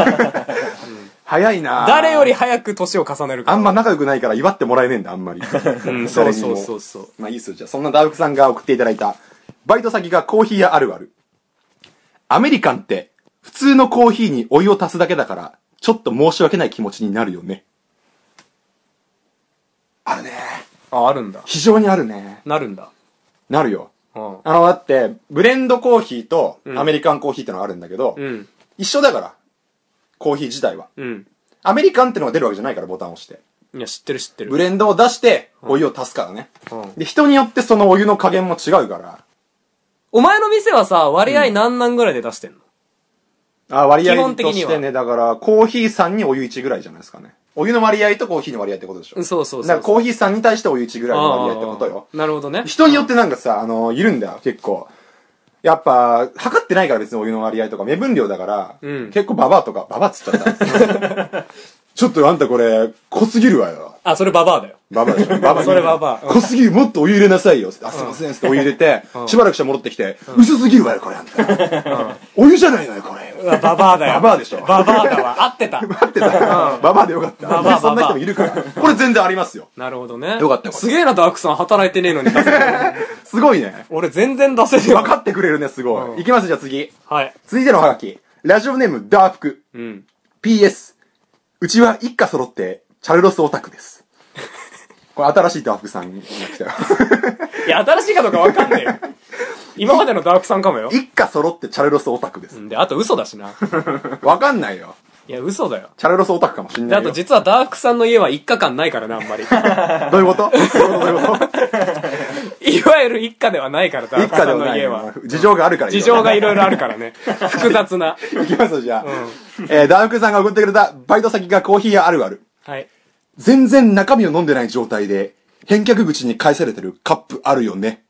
早いな。
誰より早く年を重ねるから。
あんま仲良くないから祝ってもらえねえんだ、あんまり。
そうそうそう。
まあいいっすよ。じゃあそんなダーフクさんが送っていただいた、バイト先がコーヒー屋あるある。アメリカンって、普通のコーヒーにお湯を足すだけだから、ちょっと申し訳ない気持ちになるよね。あるね。
あるんだ。
非常にあるね。
なるんだ。
なるよ。だって、ブレンドコーヒーとアメリカンコーヒーってのがあるんだけど、一緒だから、コーヒー自体は。アメリカンってのが出るわけじゃないから、ボタンを押して。
いや、知ってる。
ブレンドを出して、お湯を足すからね。で、人によってそのお湯の加減も違うから。
お前の店はさ、割合何ぐらいで出してんの？
割合としてね、だから、コーヒーさんにお湯1ぐらいじゃないですかね。お湯の割合とコーヒーの割合ってことでしょ。
そう。
だからコーヒーさんに対してお湯1ぐらいの割合ってことよ。
なるほどね。
人によってなんかさ、いるんだよ、結構。 やっぱ、測ってないから別にお湯の割合とか、目分量だから、結構ババアとか、ババアっつっちゃった。ちょっとあんたこれ、濃すぎるわよ。
あ、それババアだよ。
ババアでしょ。ババア。
それババア。
濃すぎる、もっとお湯入れなさいよ。あ、すいません、ってお湯入れて、しばらくして戻ってきて、薄すぎるわよ、これあんた。お湯じゃないのよ、これ。
ババアだよ。
ババアでしょ。
ババアだわ。合ってた。
合ってた。ババアでよかった。ババア。そんな人もいるから。これ全然ありますよ。
なるほどね。
よかったよ。
すげえな、ダークさん働いてねえのに。
すごいね。
俺全然出せねえ。
分かってくれるね、すごい。いきます、じゃあ次。
はい。
続いてのおはがき。ラジオネーム、ダーフク。PS。うちは一家揃って、チャルロスオタクです。これ新しいダーフクさんが来たよ。
いや、新しいかどうかわかんねえよ。今までのダークさんかもよ。
一家揃ってチャルロスオタクです。
で、あと嘘だしな。
わかんないよ。
いや、嘘だよ。
チャルロスオタクかもしん
で、
ないよ。
あと実はダークさんの家は一家間ないからな、あんまり。
どういうこと
いわゆる一家ではないから、ダークさんの家は。
事情があるから。
事情がいろいろあるからね。複雑な。
いきますじゃあ。ダークさんが送ってくれたバイト先がコーヒー屋あるある。
はい。
全然中身を飲んでない状態で、返却口に返されてるカップあるよね。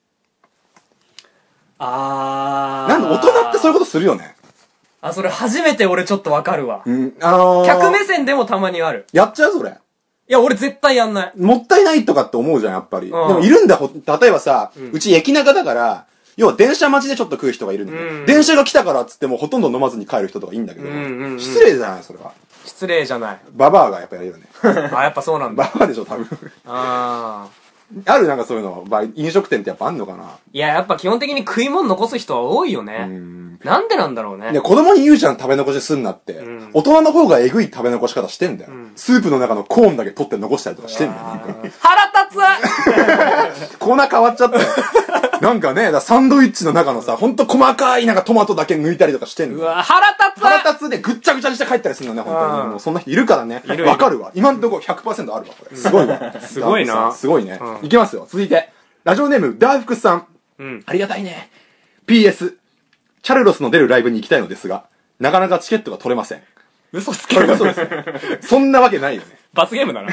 なんで大人ってそういうことするよね。
あ、それ初めて俺ちょっとわかるわ。客目線でもたまにある。
やっちゃうそれ。
いや、俺絶対やんない。
もったいないとかって思うじゃん、やっぱり。でもいるんだ、例えばさ、うち駅中だから、要は電車待ちでちょっと食う人がいるんだよ。電車が来たからっつってもほとんど飲まずに帰る人とかいいんだけど、失礼じゃない、それは。
失礼じゃない。
ババアがやっぱやるよね。
あ、やっぱそうなんだ。
ババアでしょ、多分。あるなんかそういうの、飲食店ってやっぱあんのかな。
いや、やっぱ基本的に食い物残す人は多いよね。なんでなんだろうね。
子供に言うじゃん、食べ残しすんなって。大人の方がえぐい食べ残し方してんだよ。スープの中のコーンだけ取って残したりとかしてんだよ。
腹立つ
コーナー変わっちゃったよ。なんかね、サンドイッチの中のさ、ほんと細かいなんかトマトだけ抜いたりとかしてんの。
うわ、腹立つ
腹立つでぐっちゃぐちゃにして帰ったりするのね、ほんとに。もうそんな人いるからね。わかるわ。今んとこ 100% あるわ、これ。すごいわ。
すごいな。
すごいね。いきますよ。続いて。ラジオネーム、ダーフクさん。ありがたいね。PS。チャルロスの出るライブに行きたいのですが、なかなかチケットが取れません。
嘘つける。
嘘です。そんなわけないよね。
罰ゲームだな。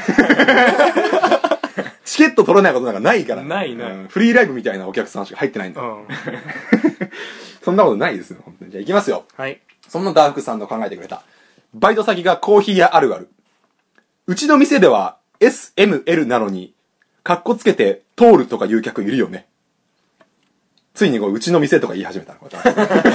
チケット取れないことなんかないからね。
ないな。
フリーライブみたいなお客さんしか入ってないんだよ。そんなことないですよ、本当に。じゃあ行きますよ。
はい。
そんなダーフクさんの考えてくれた。バイト先がコーヒー屋あるある。うちの店では S、M、L なのに、カッコつけて通るとか言う客いるよね。ついにうちの店とか言い始めたの。だ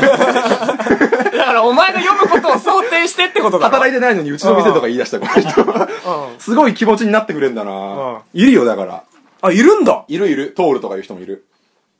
からお前が読むことを想定してってことだろ。
働いてないのにうちの店とか言い出したこの人。すごい気持ちになってくれんだな。いるよ、だから。
あ、いるんだ。
いる。通るとかいう人もいる。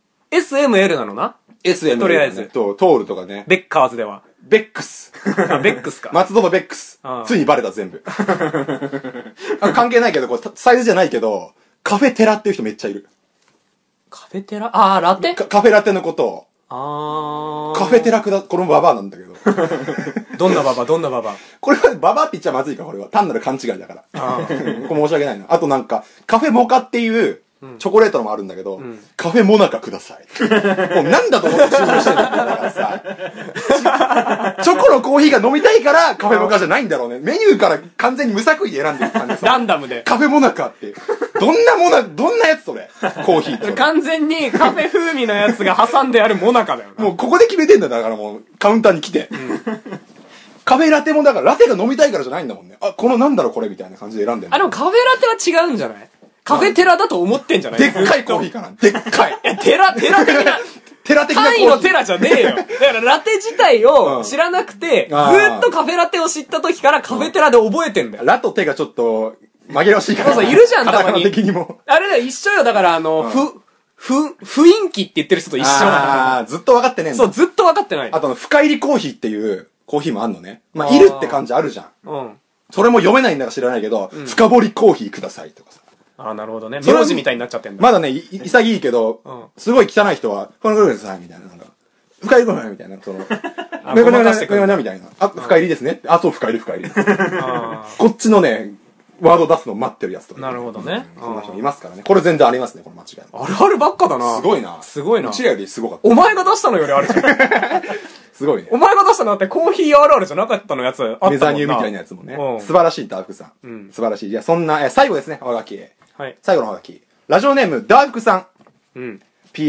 SML なのな
?SM。
とりあえず。
通るとかね。
ベッカーズでは。
ベックス。
ベックスか。
松戸のベックス。ついにバレた、全部。関係ないけど、サイズじゃないけど、カフェテラっていう人めっちゃいる。
カフェテラあー、ラテ
カフェラテのことを。カフェテラこれもババアなんだけど。
どんなババア
これはババアって言っちゃまずいか、これは。単なる勘違いだから。これ申し訳ないな。あとなんか、カフェモカっていう、チョコレートのもあるんだけど、カフェモナカください。もうなんだと思って注文してんだよ。だからさ、チョコのコーヒーが飲みたいからカフェモカじゃないんだろうね。メニューから完全に無作為で選んでる感じさ。
ランダムで。
カフェモナカって。どんなやつそれコーヒーって。
完全にカフェ風味のやつが挟んであるモナカだよな。
もうここで決めてんだよ。だからもうカウンターに来て。カフェラテもだからラテが飲みたいからじゃないんだもんね。あ、このなんだろうこれみたいな感じで選んでんだ。
あ、でもカフェラテは違うんじゃない？カフェテラだと思ってんじゃない？
でっかいコーヒーかな。でっかい。
テラ的な。
テラ的なコーヒー。
単位のテラじゃねえよ。だからラテ自体を知らなくて、ずーっとカフェラテを知った時からカフェテラで覚えてんだよ。
ラとテがちょっと紛らわしいから。
そう、いるじゃん、たまに。
的にも。
あれだよ、一緒よ。だから雰囲気って言ってる人と一緒
ああ、ずっと分かってねえんだ。
そう、ずっと分かってない。
あと深入りコーヒーっていうコーヒーもあんのね。まあ、いるって感じあるじゃん。それも読めないんだか知らないけど、深掘りコーヒーくださいとかさ。
ああ、なるほどね。名字みたいになっちゃってんだ。
まだね、潔いけど、すごい汚い人は、このぐらいください、みたいな。深入りコーヒーみたいな。その、みたいな。あ、深入りですね。あ、そう、深入り。こっちのね、ワード出すの待ってるやつとか。
なるほどね。
そんな人いますからね。これ全然ありますね、この間違い。
あるあるばっかだな。
すごいな。うちらよりすごかった。
お前が出したのよりあるじゃん。
すごいね。
お前が出したのだってコーヒーあるあるじゃなかったのやつあったもんな。
メザニューみたいなやつもね。素晴らしい、ダーフクさん。素晴らしい。じゃあそんな、最後ですね、おはがき。はい。最後のおはがき。ラジオネーム、ダーフクさん。PS。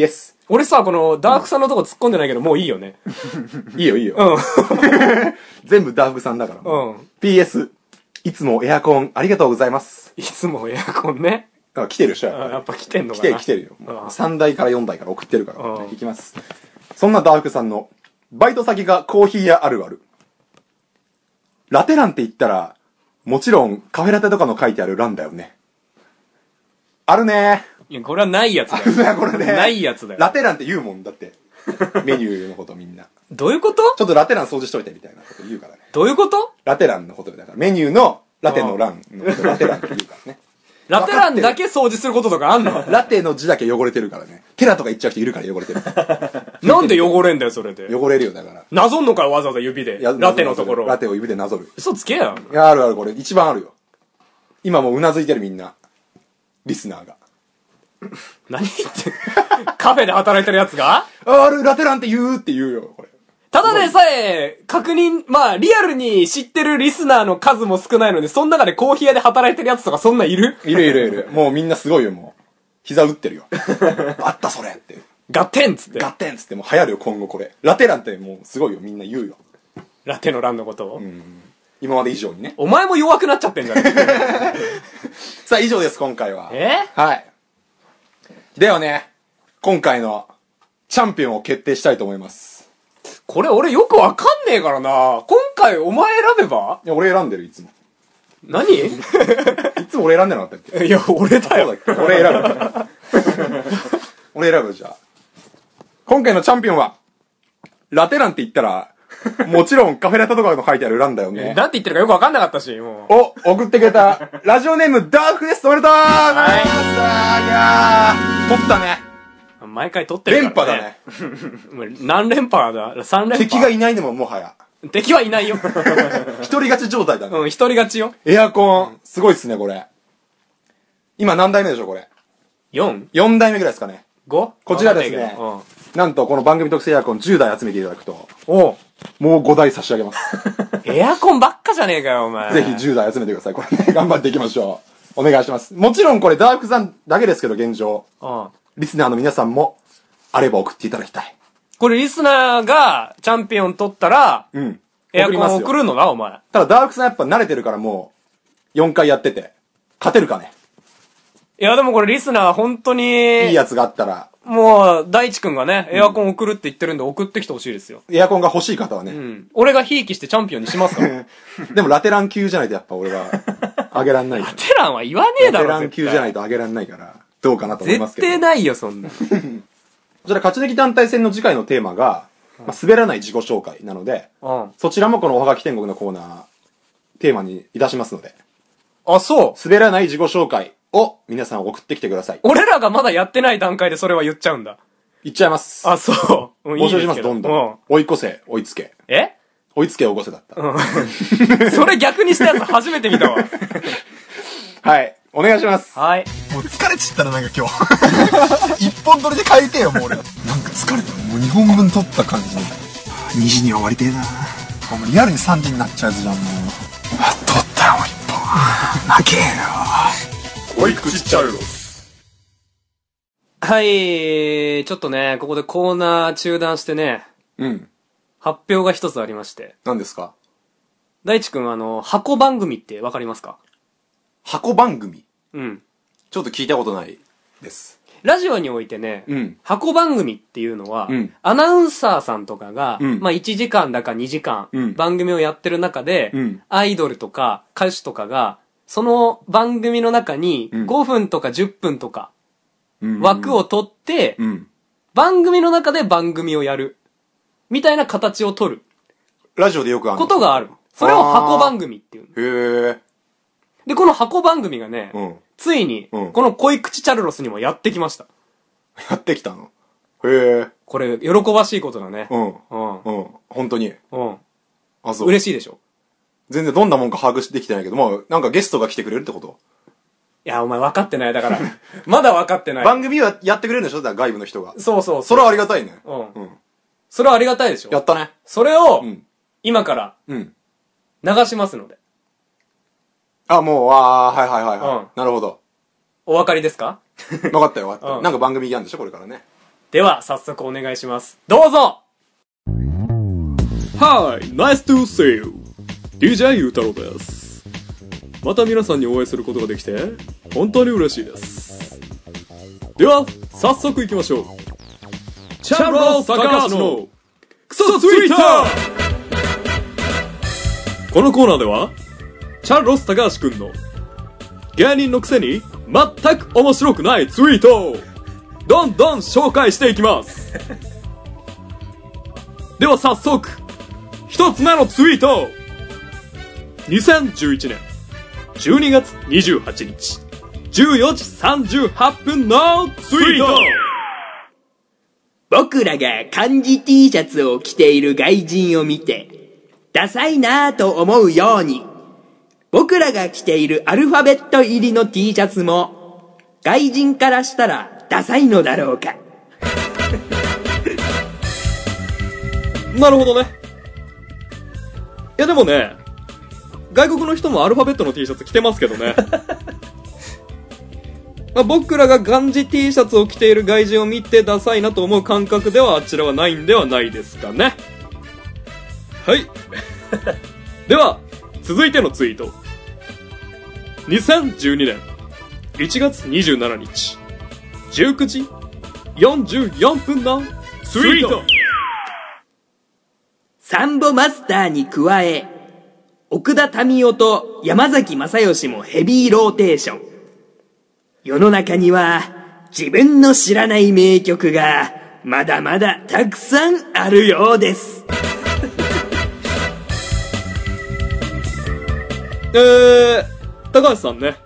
俺さ、このダークさんのとこ突っ込んでないけど、もういいよね。
いいよいいよ。
うん。
全部ダークさんだから。
うん。
PS、いつもエアコンありがとうございます。
いつもエアコンね。
あ、来てるでしょ、
やっぱ来てんのかな。
来てるよ。
うん
3台から4台から送ってるから、
うん
いきます。そんなダークさんの、バイト先がコーヒー屋あるある。ラテ欄って言ったら、もちろんカフェラテとかの書いてある欄だよね。あるね
いや、これはないやつだ
ー。
よ。
これね。
ないやつだよ。
ラテ欄って言うもんだって。メニューのことみんな。
どういうこと
ちょっとラテ欄掃除しといてみたいなこと言うからね。
どういうこと
ラテ欄のことだから。メニューのラテの欄のことラテ欄って言うからね。
ラテ欄だけ掃除することとかあんの
ラテの字だけ汚れてるからね。テラとか言っちゃう人いるから汚れてる。
なんで汚れんだよ、それで。
汚れるよ、だから。
なぞんのかよ、わざわざ指で。ラテのところ。
ラテを指でなぞる。
嘘つけよ。
いや、あるある、これ。一番あるよ。今もうなずいてるみんな。リスナーが。
何言ってんカフェで働いてるやつが
ある、ラテ欄って言うって言うよ、これ。
ただでさえ、確認、まあ、リアルに知ってるリスナーの数も少ないので、その中でコーヒー屋で働いてるやつとかそんないる
いるいるいる。もうみんなすごいよ、もう。膝打ってるよ。あったそれって。
ガッテンっつって。
ガッテンっつってもう流行るよ、今後これ。ラテ欄ってもうすごいよ、みんな言うよ。
ラテの欄のことを。
今まで以上にね。
お前も弱くなっちゃってんじゃね
さあ、以上です、今回は。
え
はい。ではね、今回のチャンピオンを決定したいと思います。
これ俺よくわかんねえからな。今回お前選べば
いや、俺選んでる、いつも。
何
いつも俺選んでなかったっけ？
いや、俺だよ。
そうだっけ？俺選ぶ。俺選ぶ、じゃあ。今回のチャンピオンは、ラテ欄って言ったら、もちろんカフェラテとかの書いてある欄だよね。
なんて言ってるかよくわかんなかったし、もう。
を送ってくれた、ラジオネームダークです。おめでとうございます。いやー、取ったね。
毎回取ってるからね。
連覇だね。
何連覇だ ?3 連覇。
敵がいないのももはや。
敵はいないよ。
一人勝ち状態だね。
うん、一人勝ちよ。
エアコン、すごいっすね、これ。今何代目でしょ、これ。
4?5?
4代目ぐらいですかね。
こ
ちらですね。なんと、この番組特製エアコン10台集めていただくと、
おう
もう5台差し上げます。
エアコンばっかじゃねえかよ、お前。
ぜひ10台集めてください。これね、頑張っていきましょう。お願いします。もちろんこれ、ダークさんだけですけど、現状。リスナーの皆さんも、あれば送っていただきたい。
これリスナーがチャンピオン取ったら、
うん。
エアコン送るのな、お前。
ただ、ダークさんやっぱ慣れてるからもう、4回やってて、勝てるかね。
いや、でもこれリスナー本当に、
いいやつがあったら、
もう、大地くんがね、エアコン送るって言ってるんで送ってきてほしいですよ。
エアコンが欲しい方はね。
うん。俺がひいきしてチャンピオンにしますから。
でもラテラン級じゃないとやっぱ俺は、あげらんないから。
ラテランは言わねえだろ、
ラテラン級じゃないとあげらんないから、どうかなと思いますけど。
絶対ないよ、そんな。
こちら、勝ち抜き団体戦の次回のテーマが、滑らない自己紹介なので、そちらもこのおはがき天国のコーナー、テーマにいたしますので。
あ、そう。
滑らない自己紹介を皆さん送ってきてください。
俺らがまだやってない段階でそれは言っちゃうんだ。
言っちゃいます。
あ、そう。
募集します、どんどん。追い越せ、追いつけ。追いつけ、追い越せだった。
それ逆にしたやつ初めて見たわ。
はい。お願いします。
はい。
もう疲れちったらなんか今日。一本撮りで書いてよ、もう俺。なんか疲れた。もう2本分撮った感じ。2時には終わりてえな。もうリアルに3時になっちゃうやつじゃん、もう。撮ったよ、もう1本。泣けよ。
おい口ちゃうよ。
はい、ちょっとね、ここでコーナー中断してね、発表が一つありまして。
何ですか？
大地くん、箱番組ってわかりますか？
箱番組？
うん。
ちょっと聞いたことないです。
ラジオにおいてね、箱番組っていうのは、アナウンサーさんとかが、まあ1時間だか2時間、番組をやってる中で、アイドルとか歌手とかが、その番組の中に5分とか10分とか、枠を取って、番組の中で番組をやる。みたいな形を取る。
ラジオでよくある
ことがある。それを箱番組っていう。
へー。
で、この箱番組がね、ついに、この恋口チャルロスにもやってきました。
やってきたの？へー。
これ、喜ばしいことだね。
本当に。あ、そう。
嬉しいでしょ？
全然どんなもんか把握できてないけども、なんかゲストが来てくれるってこと？
いや、お前分かってない。だから、まだ分かってない。
番組はやってくれるんでしょ？だから外部の人が。
そう。
それはありがたいね。
それはありがたいでしょ？
やったね。
それを、今から、流しますので。
あ、もう、はい。なるほど。
お分かりですか？
分かったよ、分かった。なんか番組やんでしょ？これからね。
では早速お願いします。どうぞ。
Hi, nice to see you. DJ ゆうたろうです。また皆さんにお会いすることができて本当に嬉しいです。では早速行きましょう。チャンロー高橋のクソツイート。このコーナーではチャンロス高橋くんの芸人のくせに全く面白くないツイートをどんどん紹介していきます。では早速一つ目のツイート。2011年12月28日14時38分のツイート。
僕らが漢字 T シャツを着ている外人を見てダサいなぁと思うように、僕らが着ているアルファベット入りの T シャツも外人からしたらダサいのだろうか。
なるほどね。いやでもね、外国の人もアルファベットの T シャツ着てますけどね。まあ、僕らが漢字 T シャツを着ている外人を見てダサいなと思う感覚ではあちらはないんではないですかね。はいでは続いてのツイート。2012年1月27日19時44分のツイート。
サンボマスターに加え奥田民生と山崎正義もヘビーローテーション。世の中には自分の知らない名曲がまだまだたくさんあるようです。
高橋さんね。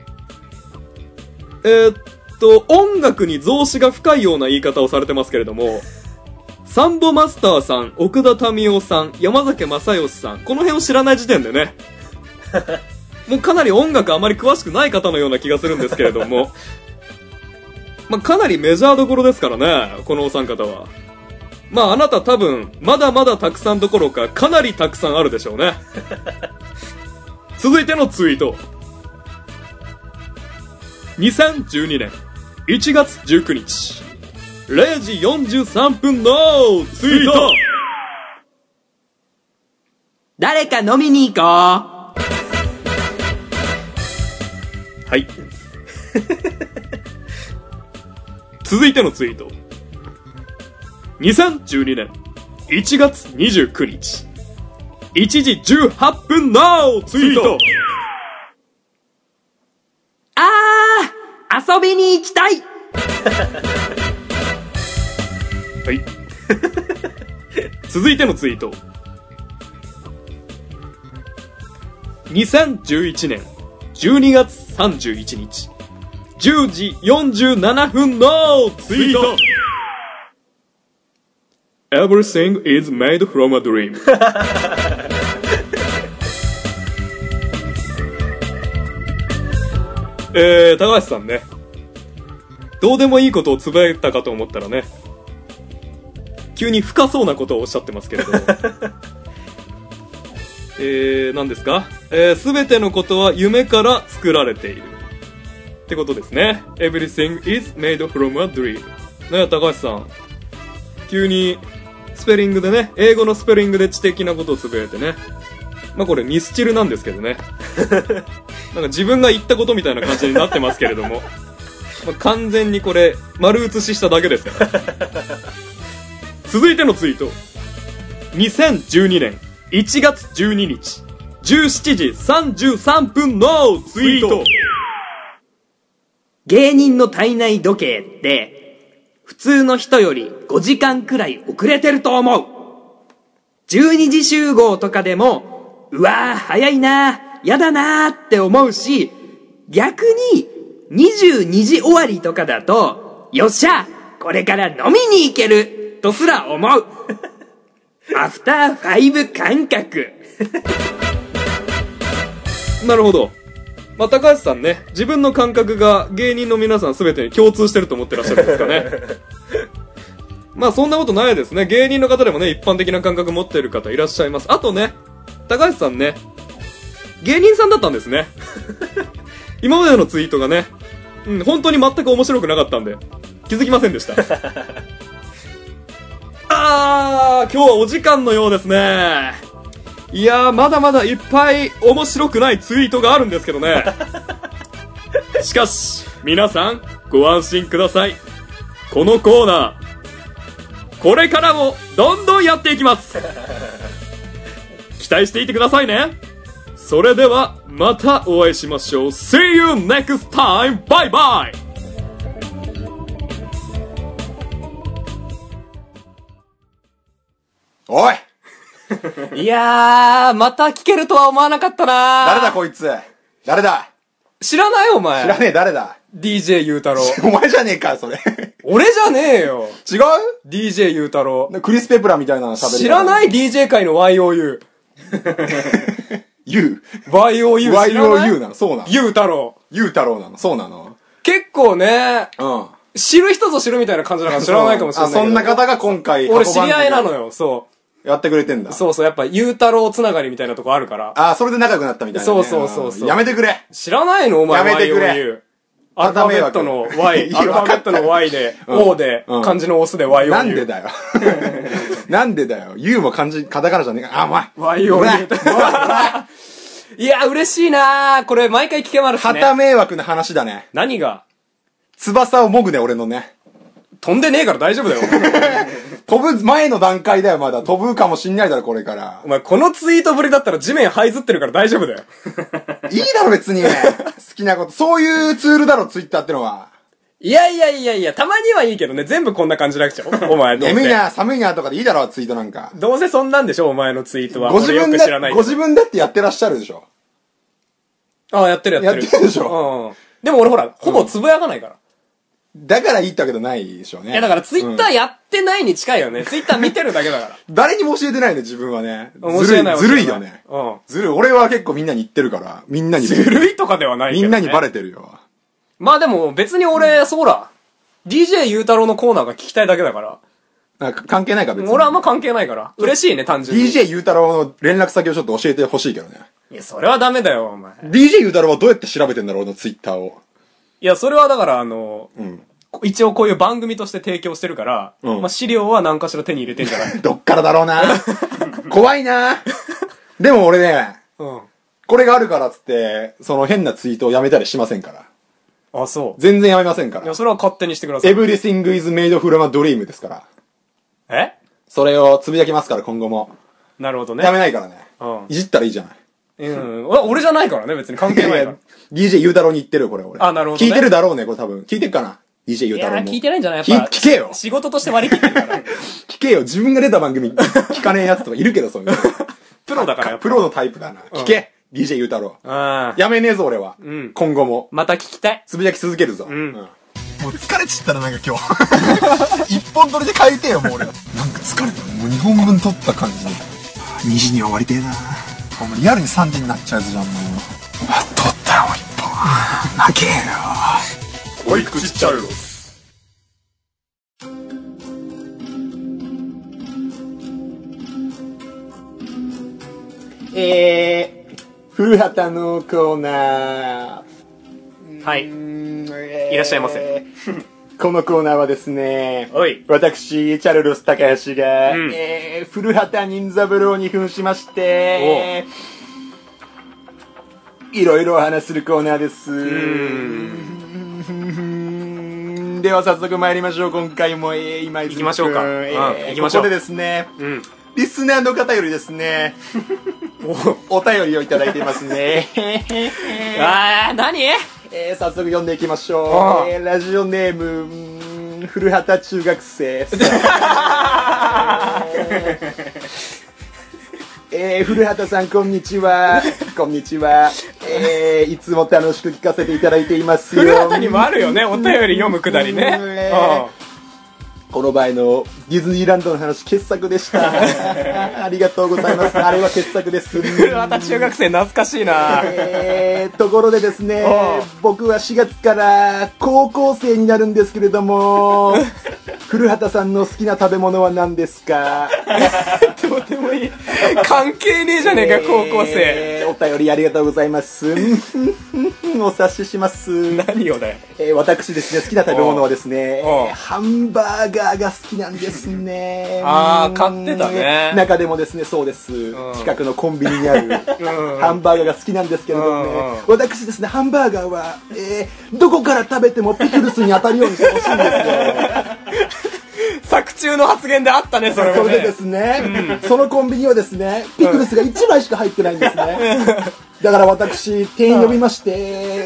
音楽に造詞が深いような言い方をされてますけれども、サンボマスターさん、奥田民生さん、山崎正義さん、この辺を知らない時点でね、もうかなり音楽あまり詳しくない方のような気がするんですけれども、まあ、かなりメジャーどころですからね、このお三方は。まああなた多分まだまだたくさんどころかかなりたくさんあるでしょうね。続いてのツイート。2012年1月19日0時43分のツイート。
誰か飲みに行こう。
はい続いてのツイート。2012年1月29日1時18分のツイート。
遊びに行きたい
はい続いてのツイート。2011年12月31日10時47分のツイート。Everything is made from a dream 高橋さんね、どうでもいいことをつぶやいたかと思ったらね、急に深そうなことをおっしゃってますけれども何ですか、全てのことは夢から作られているってことですね。 Everything is made from a dream ね。高橋さん急にスペリングでね、英語のスペリングで知的なことをつぶやいてね、まあこれミスチルなんですけどねなんか自分が言ったことみたいな感じになってますけれども、まあ、完全にこれ丸写ししただけですから続いてのツイート。2012年1月12日17時33分のツイート。
芸人の体内時計って普通の人より5時間くらい遅れてると思う。12時集合とかでもうわー早いなーやだなーって思うし、逆に22時終わりとかだとよっしゃこれから飲みに行けるとすら思うアフターファイブ感覚
なるほど。まあ、高橋さんね、自分の感覚が芸人の皆さん全てに共通してると思ってらっしゃるんですかねまあそんなことないですね。芸人の方でもね、一般的な感覚持っている方いらっしゃいます。あとね、高橋さんね、芸人さんだったんですね今までのツイートがね、本当に全く面白くなかったんで気づきませんでした今日はお時間のようですね。いやー、まだまだいっぱい面白くないツイートがあるんですけどね。しかし、皆さん、ご安心ください。このコーナー、これからもどんどんやっていきます。期待していてくださいね。それでは、またお会いしましょう。See you next time! Bye bye!
おい
いやー、また聞けるとは思わなかったな。
誰だこいつ。誰だ。
知らないお前。
知らねえ、誰だ。
DJ ゆうたろう。
お前じゃねえか、それ。
俺じゃねえよ。
違う
DJ ゆうたろう。
クリス・ペプラーみたいな喋り。
知らない DJ 界の YOU。
U。
YOU。
YOU なの、そうなの。
ゆうたろう。
ゆうたろうなの、そうなの。
結構ね、
うん。
知る人ぞ知るみたいな感じだから知らないかもしれないけど。
あ、そんな方が今回、
俺知り合いなのよ、そう。
やってくれてんだ。
そうそう、やっぱ、ゆうたろうつながりみたいなとこあるから。
あ、それで仲良くなったみたいな、ね。
そう。
やめてくれ。
知らないのお前。
やめてくれ。
アルファベットの Y、アルファベットの Y で、O で、漢字のオスで YOU。
なんでだよ。なんでだよ。U も漢字、カタカナじゃねえか。あ、お前。
YOU。いや、嬉しいなー。これ毎回聞けまるしね。
旗迷惑な話だね。
何が
翼をもぐね、俺のね。
飛んでねえから大丈夫だよ。
飛ぶ前の段階だよ、まだ。飛ぶかもしんないだろ、これから。
お前、このツイートぶりだったら地面這いずってるから大丈夫だよ。
いいだろ、別に。好きなこと。そういうツールだろ、ツイッターってのは。
いや、たまにはいいけどね、全部こんな感じなくちゃ。お前、どうせ。
眠いな、寒いなとかでいいだろ、ツイートなんか。
どうせそんなんでしょ、お前のツイートは。
ご自分
よく知らない。
ご自分だってやってらっしゃるでしょ。
ああ、やってる。
やってるでし
ょ。うん。でも俺ほら、ほぼつぶやかないから。
だからいいってわけじゃないでしょうね。
いやだからツイッターやってないに近いよね。ツイッター見てるだけだから。
誰にも教えてないね、自分はね。
ず
るいよね。
うん。
ずるい。俺は結構みんなに言ってるから。みんなに。
ずるいとかではないけど、ね。
みんなにバレてるよ。
まあでも別に俺、そうだ。DJ ゆうたろうのコーナーが聞きたいだけだから。
なんか関係ないか別に。
俺はあんま関係ないから。嬉しいね、単純に。
DJ ゆうたろうの連絡先をちょっと教えてほしいけどね。
いや、それはダメだよ、お前。
DJ ゆうたろうはどうやって調べてんだろう、俺のツイッターを。
いや、それはだから一応こういう番組として提供してるから、まあ資料は何かしら手に入れてんじゃない
どっからだろうな。怖いな。でも俺ね、これがあるからっつって、その変なツイートをやめたりしませんから。
あ、そう。
全然やめませんから。
いや、それは勝手にしてください。
Everything is made from a dream ですから。それをつぶやきますから、今後も。
なるほどね。
やめないからね。いじったらいいじゃない。
俺じゃないからね、別に関係ないから。
DJ ゆうたろうに言ってるよ、これ俺。
あ、なるほど、ね。
聞いてるだろうね、これ多分。聞いてっかな ?DJ ゆうたろうも。
いや、聞いてないんじゃないやっぱ。
聞けよ。
仕事として割り切ってるから。
聞けよ。自分が出た番組聞かねえやつとかいるけど、そういうの。
プロだから
プロのタイプだな。聞け !DJ ゆうたろう。やめねえぞ、俺は。今後も。
また聞きたい。
つぶやき続けるぞ。
もう疲れちったらなんか今日。一本撮りで書いてよ、もう俺。なんか疲れた。もう2本分撮った感じで。2時には終わりてえな。ほんまリアルに3時になっちゃうやつじゃん、もう。撮ったよ、1本。泣けよ。
おいくちチャルロス。
古畑のコーナー。
はい。いらっしゃいませ。
このコーナーはですね、私、チャルロス高橋が、古畑任三郎に扮しまして、いろいろお話するコーナーです。では早速参りましょう。今回も、今井
行きましょうか。
行きましょう。ここでですね、リスナーの方よりですね、お便りをいただいていますね。
何
早速読んでいきましょう。ラジオネーム、古畑中学生。古畑さん、こんにちは。こんにちは。いつも楽しく聞かせていただいていますよ。
古畑にもあるよね、お便り読むくだりね。
この前のディズニーランドの話傑作でした。ありがとうございます。あれは傑作です。
古畑中学生懐かしいな。
ところでですね、僕は4月から高校生になるんですけれども、古畑さんの好きな食べ物は何ですか？
どうでもいい。関係ねえじゃねえか、高校生。
お便りありがとうございます。お察しします。
何をだよ。
私ですね、好きな食べ物はですね、ハンバーガーが好きなんですね。
買ってたね。
中でもですね、そうです。近くのコンビニにあるハンバーガーが好きなんですけれどもね、私ですね、ハンバーガーは、どこから食べてもピクルスに当たるようにしてほしいんですよ。
作中の発言であったね、それもね。
それでですね、そのコンビニはですね、ピクルスが1枚しか入ってないんですね。だから私、店員呼びまして、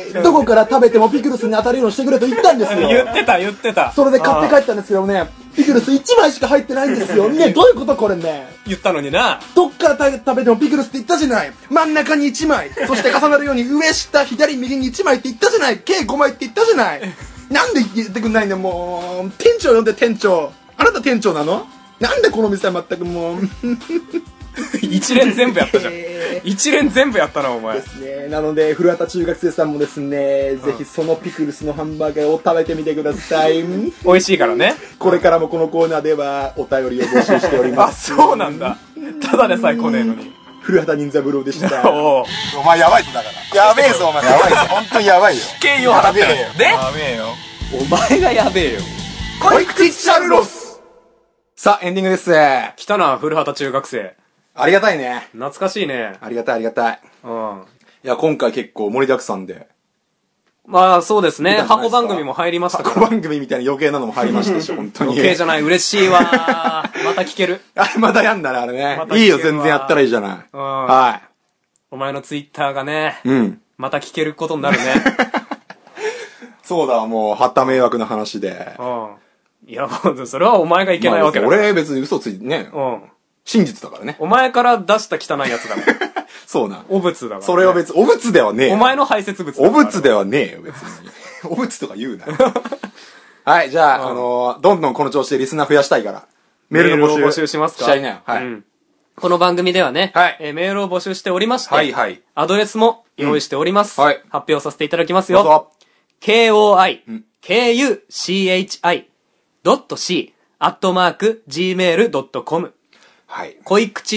どこから食べてもピクルスに当たるようにしてくれと言ったんですよ。
言ってた。
それで買って帰ったんですけどね、ピクルス1枚しか入ってないんですよ。ね、どういうことこれね。
言ったのにな。
どっから食べてもピクルスって言ったじゃない。真ん中に1枚、そして重なるように上下左右に1枚って言ったじゃない。計5枚って言ったじゃない。なんで言ってくんないんだよ、もう。店長呼んで、店長。あなた店長なの？なんでこの店は全くもう
一連全部やったじゃん。一連全部やったな、お前。
ですね。なので、古畑中学生さんもですね、ぜひそのピクルスのハンバーガーを食べてみてください。
美味しいからね。
これからもこのコーナーではお便りを募集しております。
あ、そうなんだ。ただでさえ来ねえのに。
古畑任三郎でした。
お前やばいぞ、だから。やべえぞ、お前。やばいぞ。本当にやばいよ。
敬意を払ってよ。
でやべえよ。
お前がやべえよ。
恋口シャルロス。さあ、エンディングです。
来たな、古畑中学生。
ありがたいね。
懐かしいね。
ありがたい、ありがたい。いや、今回結構盛りだくさんで。
まあ、そうですね。箱番組も入りましたから。
箱番組みたいな余計なのも入りましたでしょ、本当に。
余計じゃない、嬉しいわ。また聞ける。
あれ、またやんだね、あれね。いいよ、全然やったらいいじゃない。はい。
お前のツイッターがね、また聞けることになるね。
そうだ、もう、はった迷惑な話で。
いや、それはお前がいけないわけだ。
俺別に嘘ついてね。真実だからね。
お前から出した汚いやつだから。
そうな。
お物だから。
それは別に、お物ではねえ。
お前の排泄物だ
から。お物ではねえよ、別に。お物とか言うな。はい、じゃあ、どんどんこの調子でリスナー増やしたいから。メールの
募集しますか？
しちゃいなよ。はい。
この番組ではね、メールを募集しておりまして、アドレスも用意しております。発表させていただきますよ。koi.c@gmail.com はい。恋口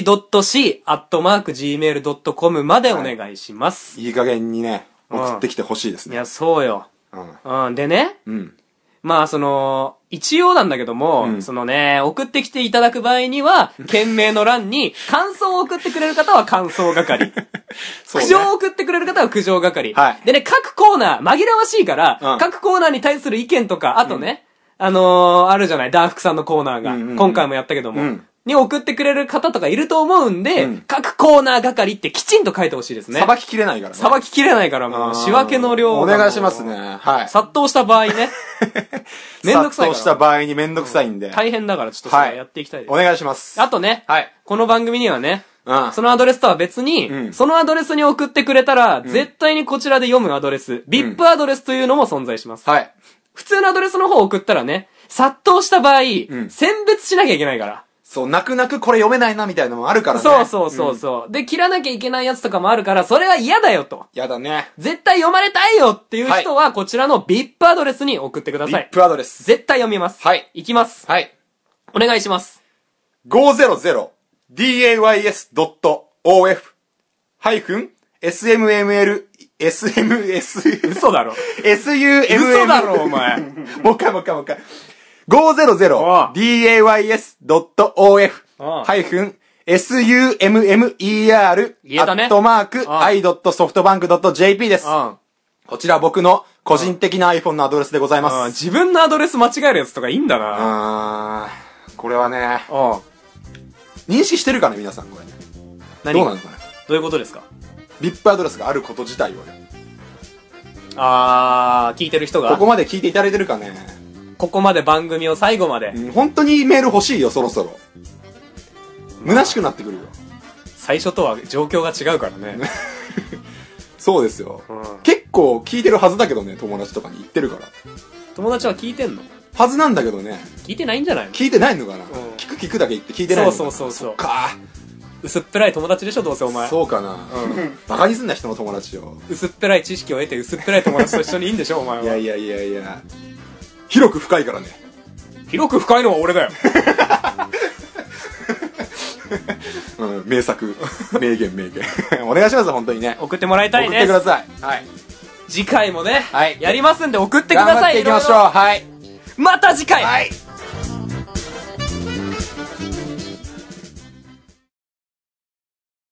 .c@gmail.com までお願いします。
いい加減にね、送ってきてほしいですね。
いや、そうよ。でね、まあ、一応なんだけども、送ってきていただく場合には、件名の欄に、感想を送ってくれる方は感想係。苦情を送ってくれる方は苦情係。でね、各コーナー、紛らわしいから、各コーナーに対する意見とか、あとね、あるじゃない、ダーフクさんのコーナーが、今回もやったけども、に送ってくれる方とかいると思うんで、各コーナー係ってきちんと書いてほしいですね。
さばききれないからね。
さばききれないからもう、仕分けの量
お願いしますね。はい。
殺到した場合ね。めんどくさいから。
殺到した場合にめんどくさいんで。
大変だからちょっとそれやっていきたいです。
お願いします。
あとね、この番組にはね、そのアドレスとは別に、そのアドレスに送ってくれたら、絶対にこちらで読むアドレス、VIP アドレスというのも存在します。はい。普通のアドレスの方を送ったらね、殺到した場合、選別しなきゃいけないから。
そう、泣く泣くこれ読めないなみたいなのもあるからね。
そう。で、切らなきゃいけないやつとかもあるから、それは嫌だよと。
嫌だね。
絶対読まれたいよっていう人は、こちらの VIP アドレスに送ってください。
VIP アドレス。
絶対読みます。
はい。
いきます。
はい。
お願いします。
500days.of-sms
嘘だろ。
sum
嘘だろ、お前。
もう一回。500days.of-summer-i.softbank.jp です。こちら僕の個人的な iPhone のアドレスでございます。
自分のアドレス間違えるやつとかいいんだな。
これはね、認識してるかね、皆さんこれね。どうなのかね。
どういうことですか？
VIP アドレスがあること自体をね。
聞いてる人が
ここまで聞いていただいてるかね。
ここまで番組を最後まで。
本当にメール欲しいよ、そろそろ。虚しくなってくるよ。
最初とは状況が違うからね。
そうですよ。結構聞いてるはずだけどね、友達とかに言ってるから。
友達は聞いてんの？
はずなんだけどね。
聞いてないんじゃないの？
聞いてないのかな、聞くだけ言って聞いてないのかな。
そう。
そっか。
薄っぺらい友達でしょ、どうせお前。
そうかな。バカにすんな、人の友達を。
薄っぺらい知識を得て薄っぺらい友達と一緒にいいんでしょ、お前は。
いや。広く深いからね。
広く深いのは俺だよ。
うん、名作。名言。お願いします、本当にね。
送ってもらいたいです。
送ってください。はい。
次回もね、
はい。
やりますんで送ってください。
頑張っていきましょう。はい。
また次回。
はい。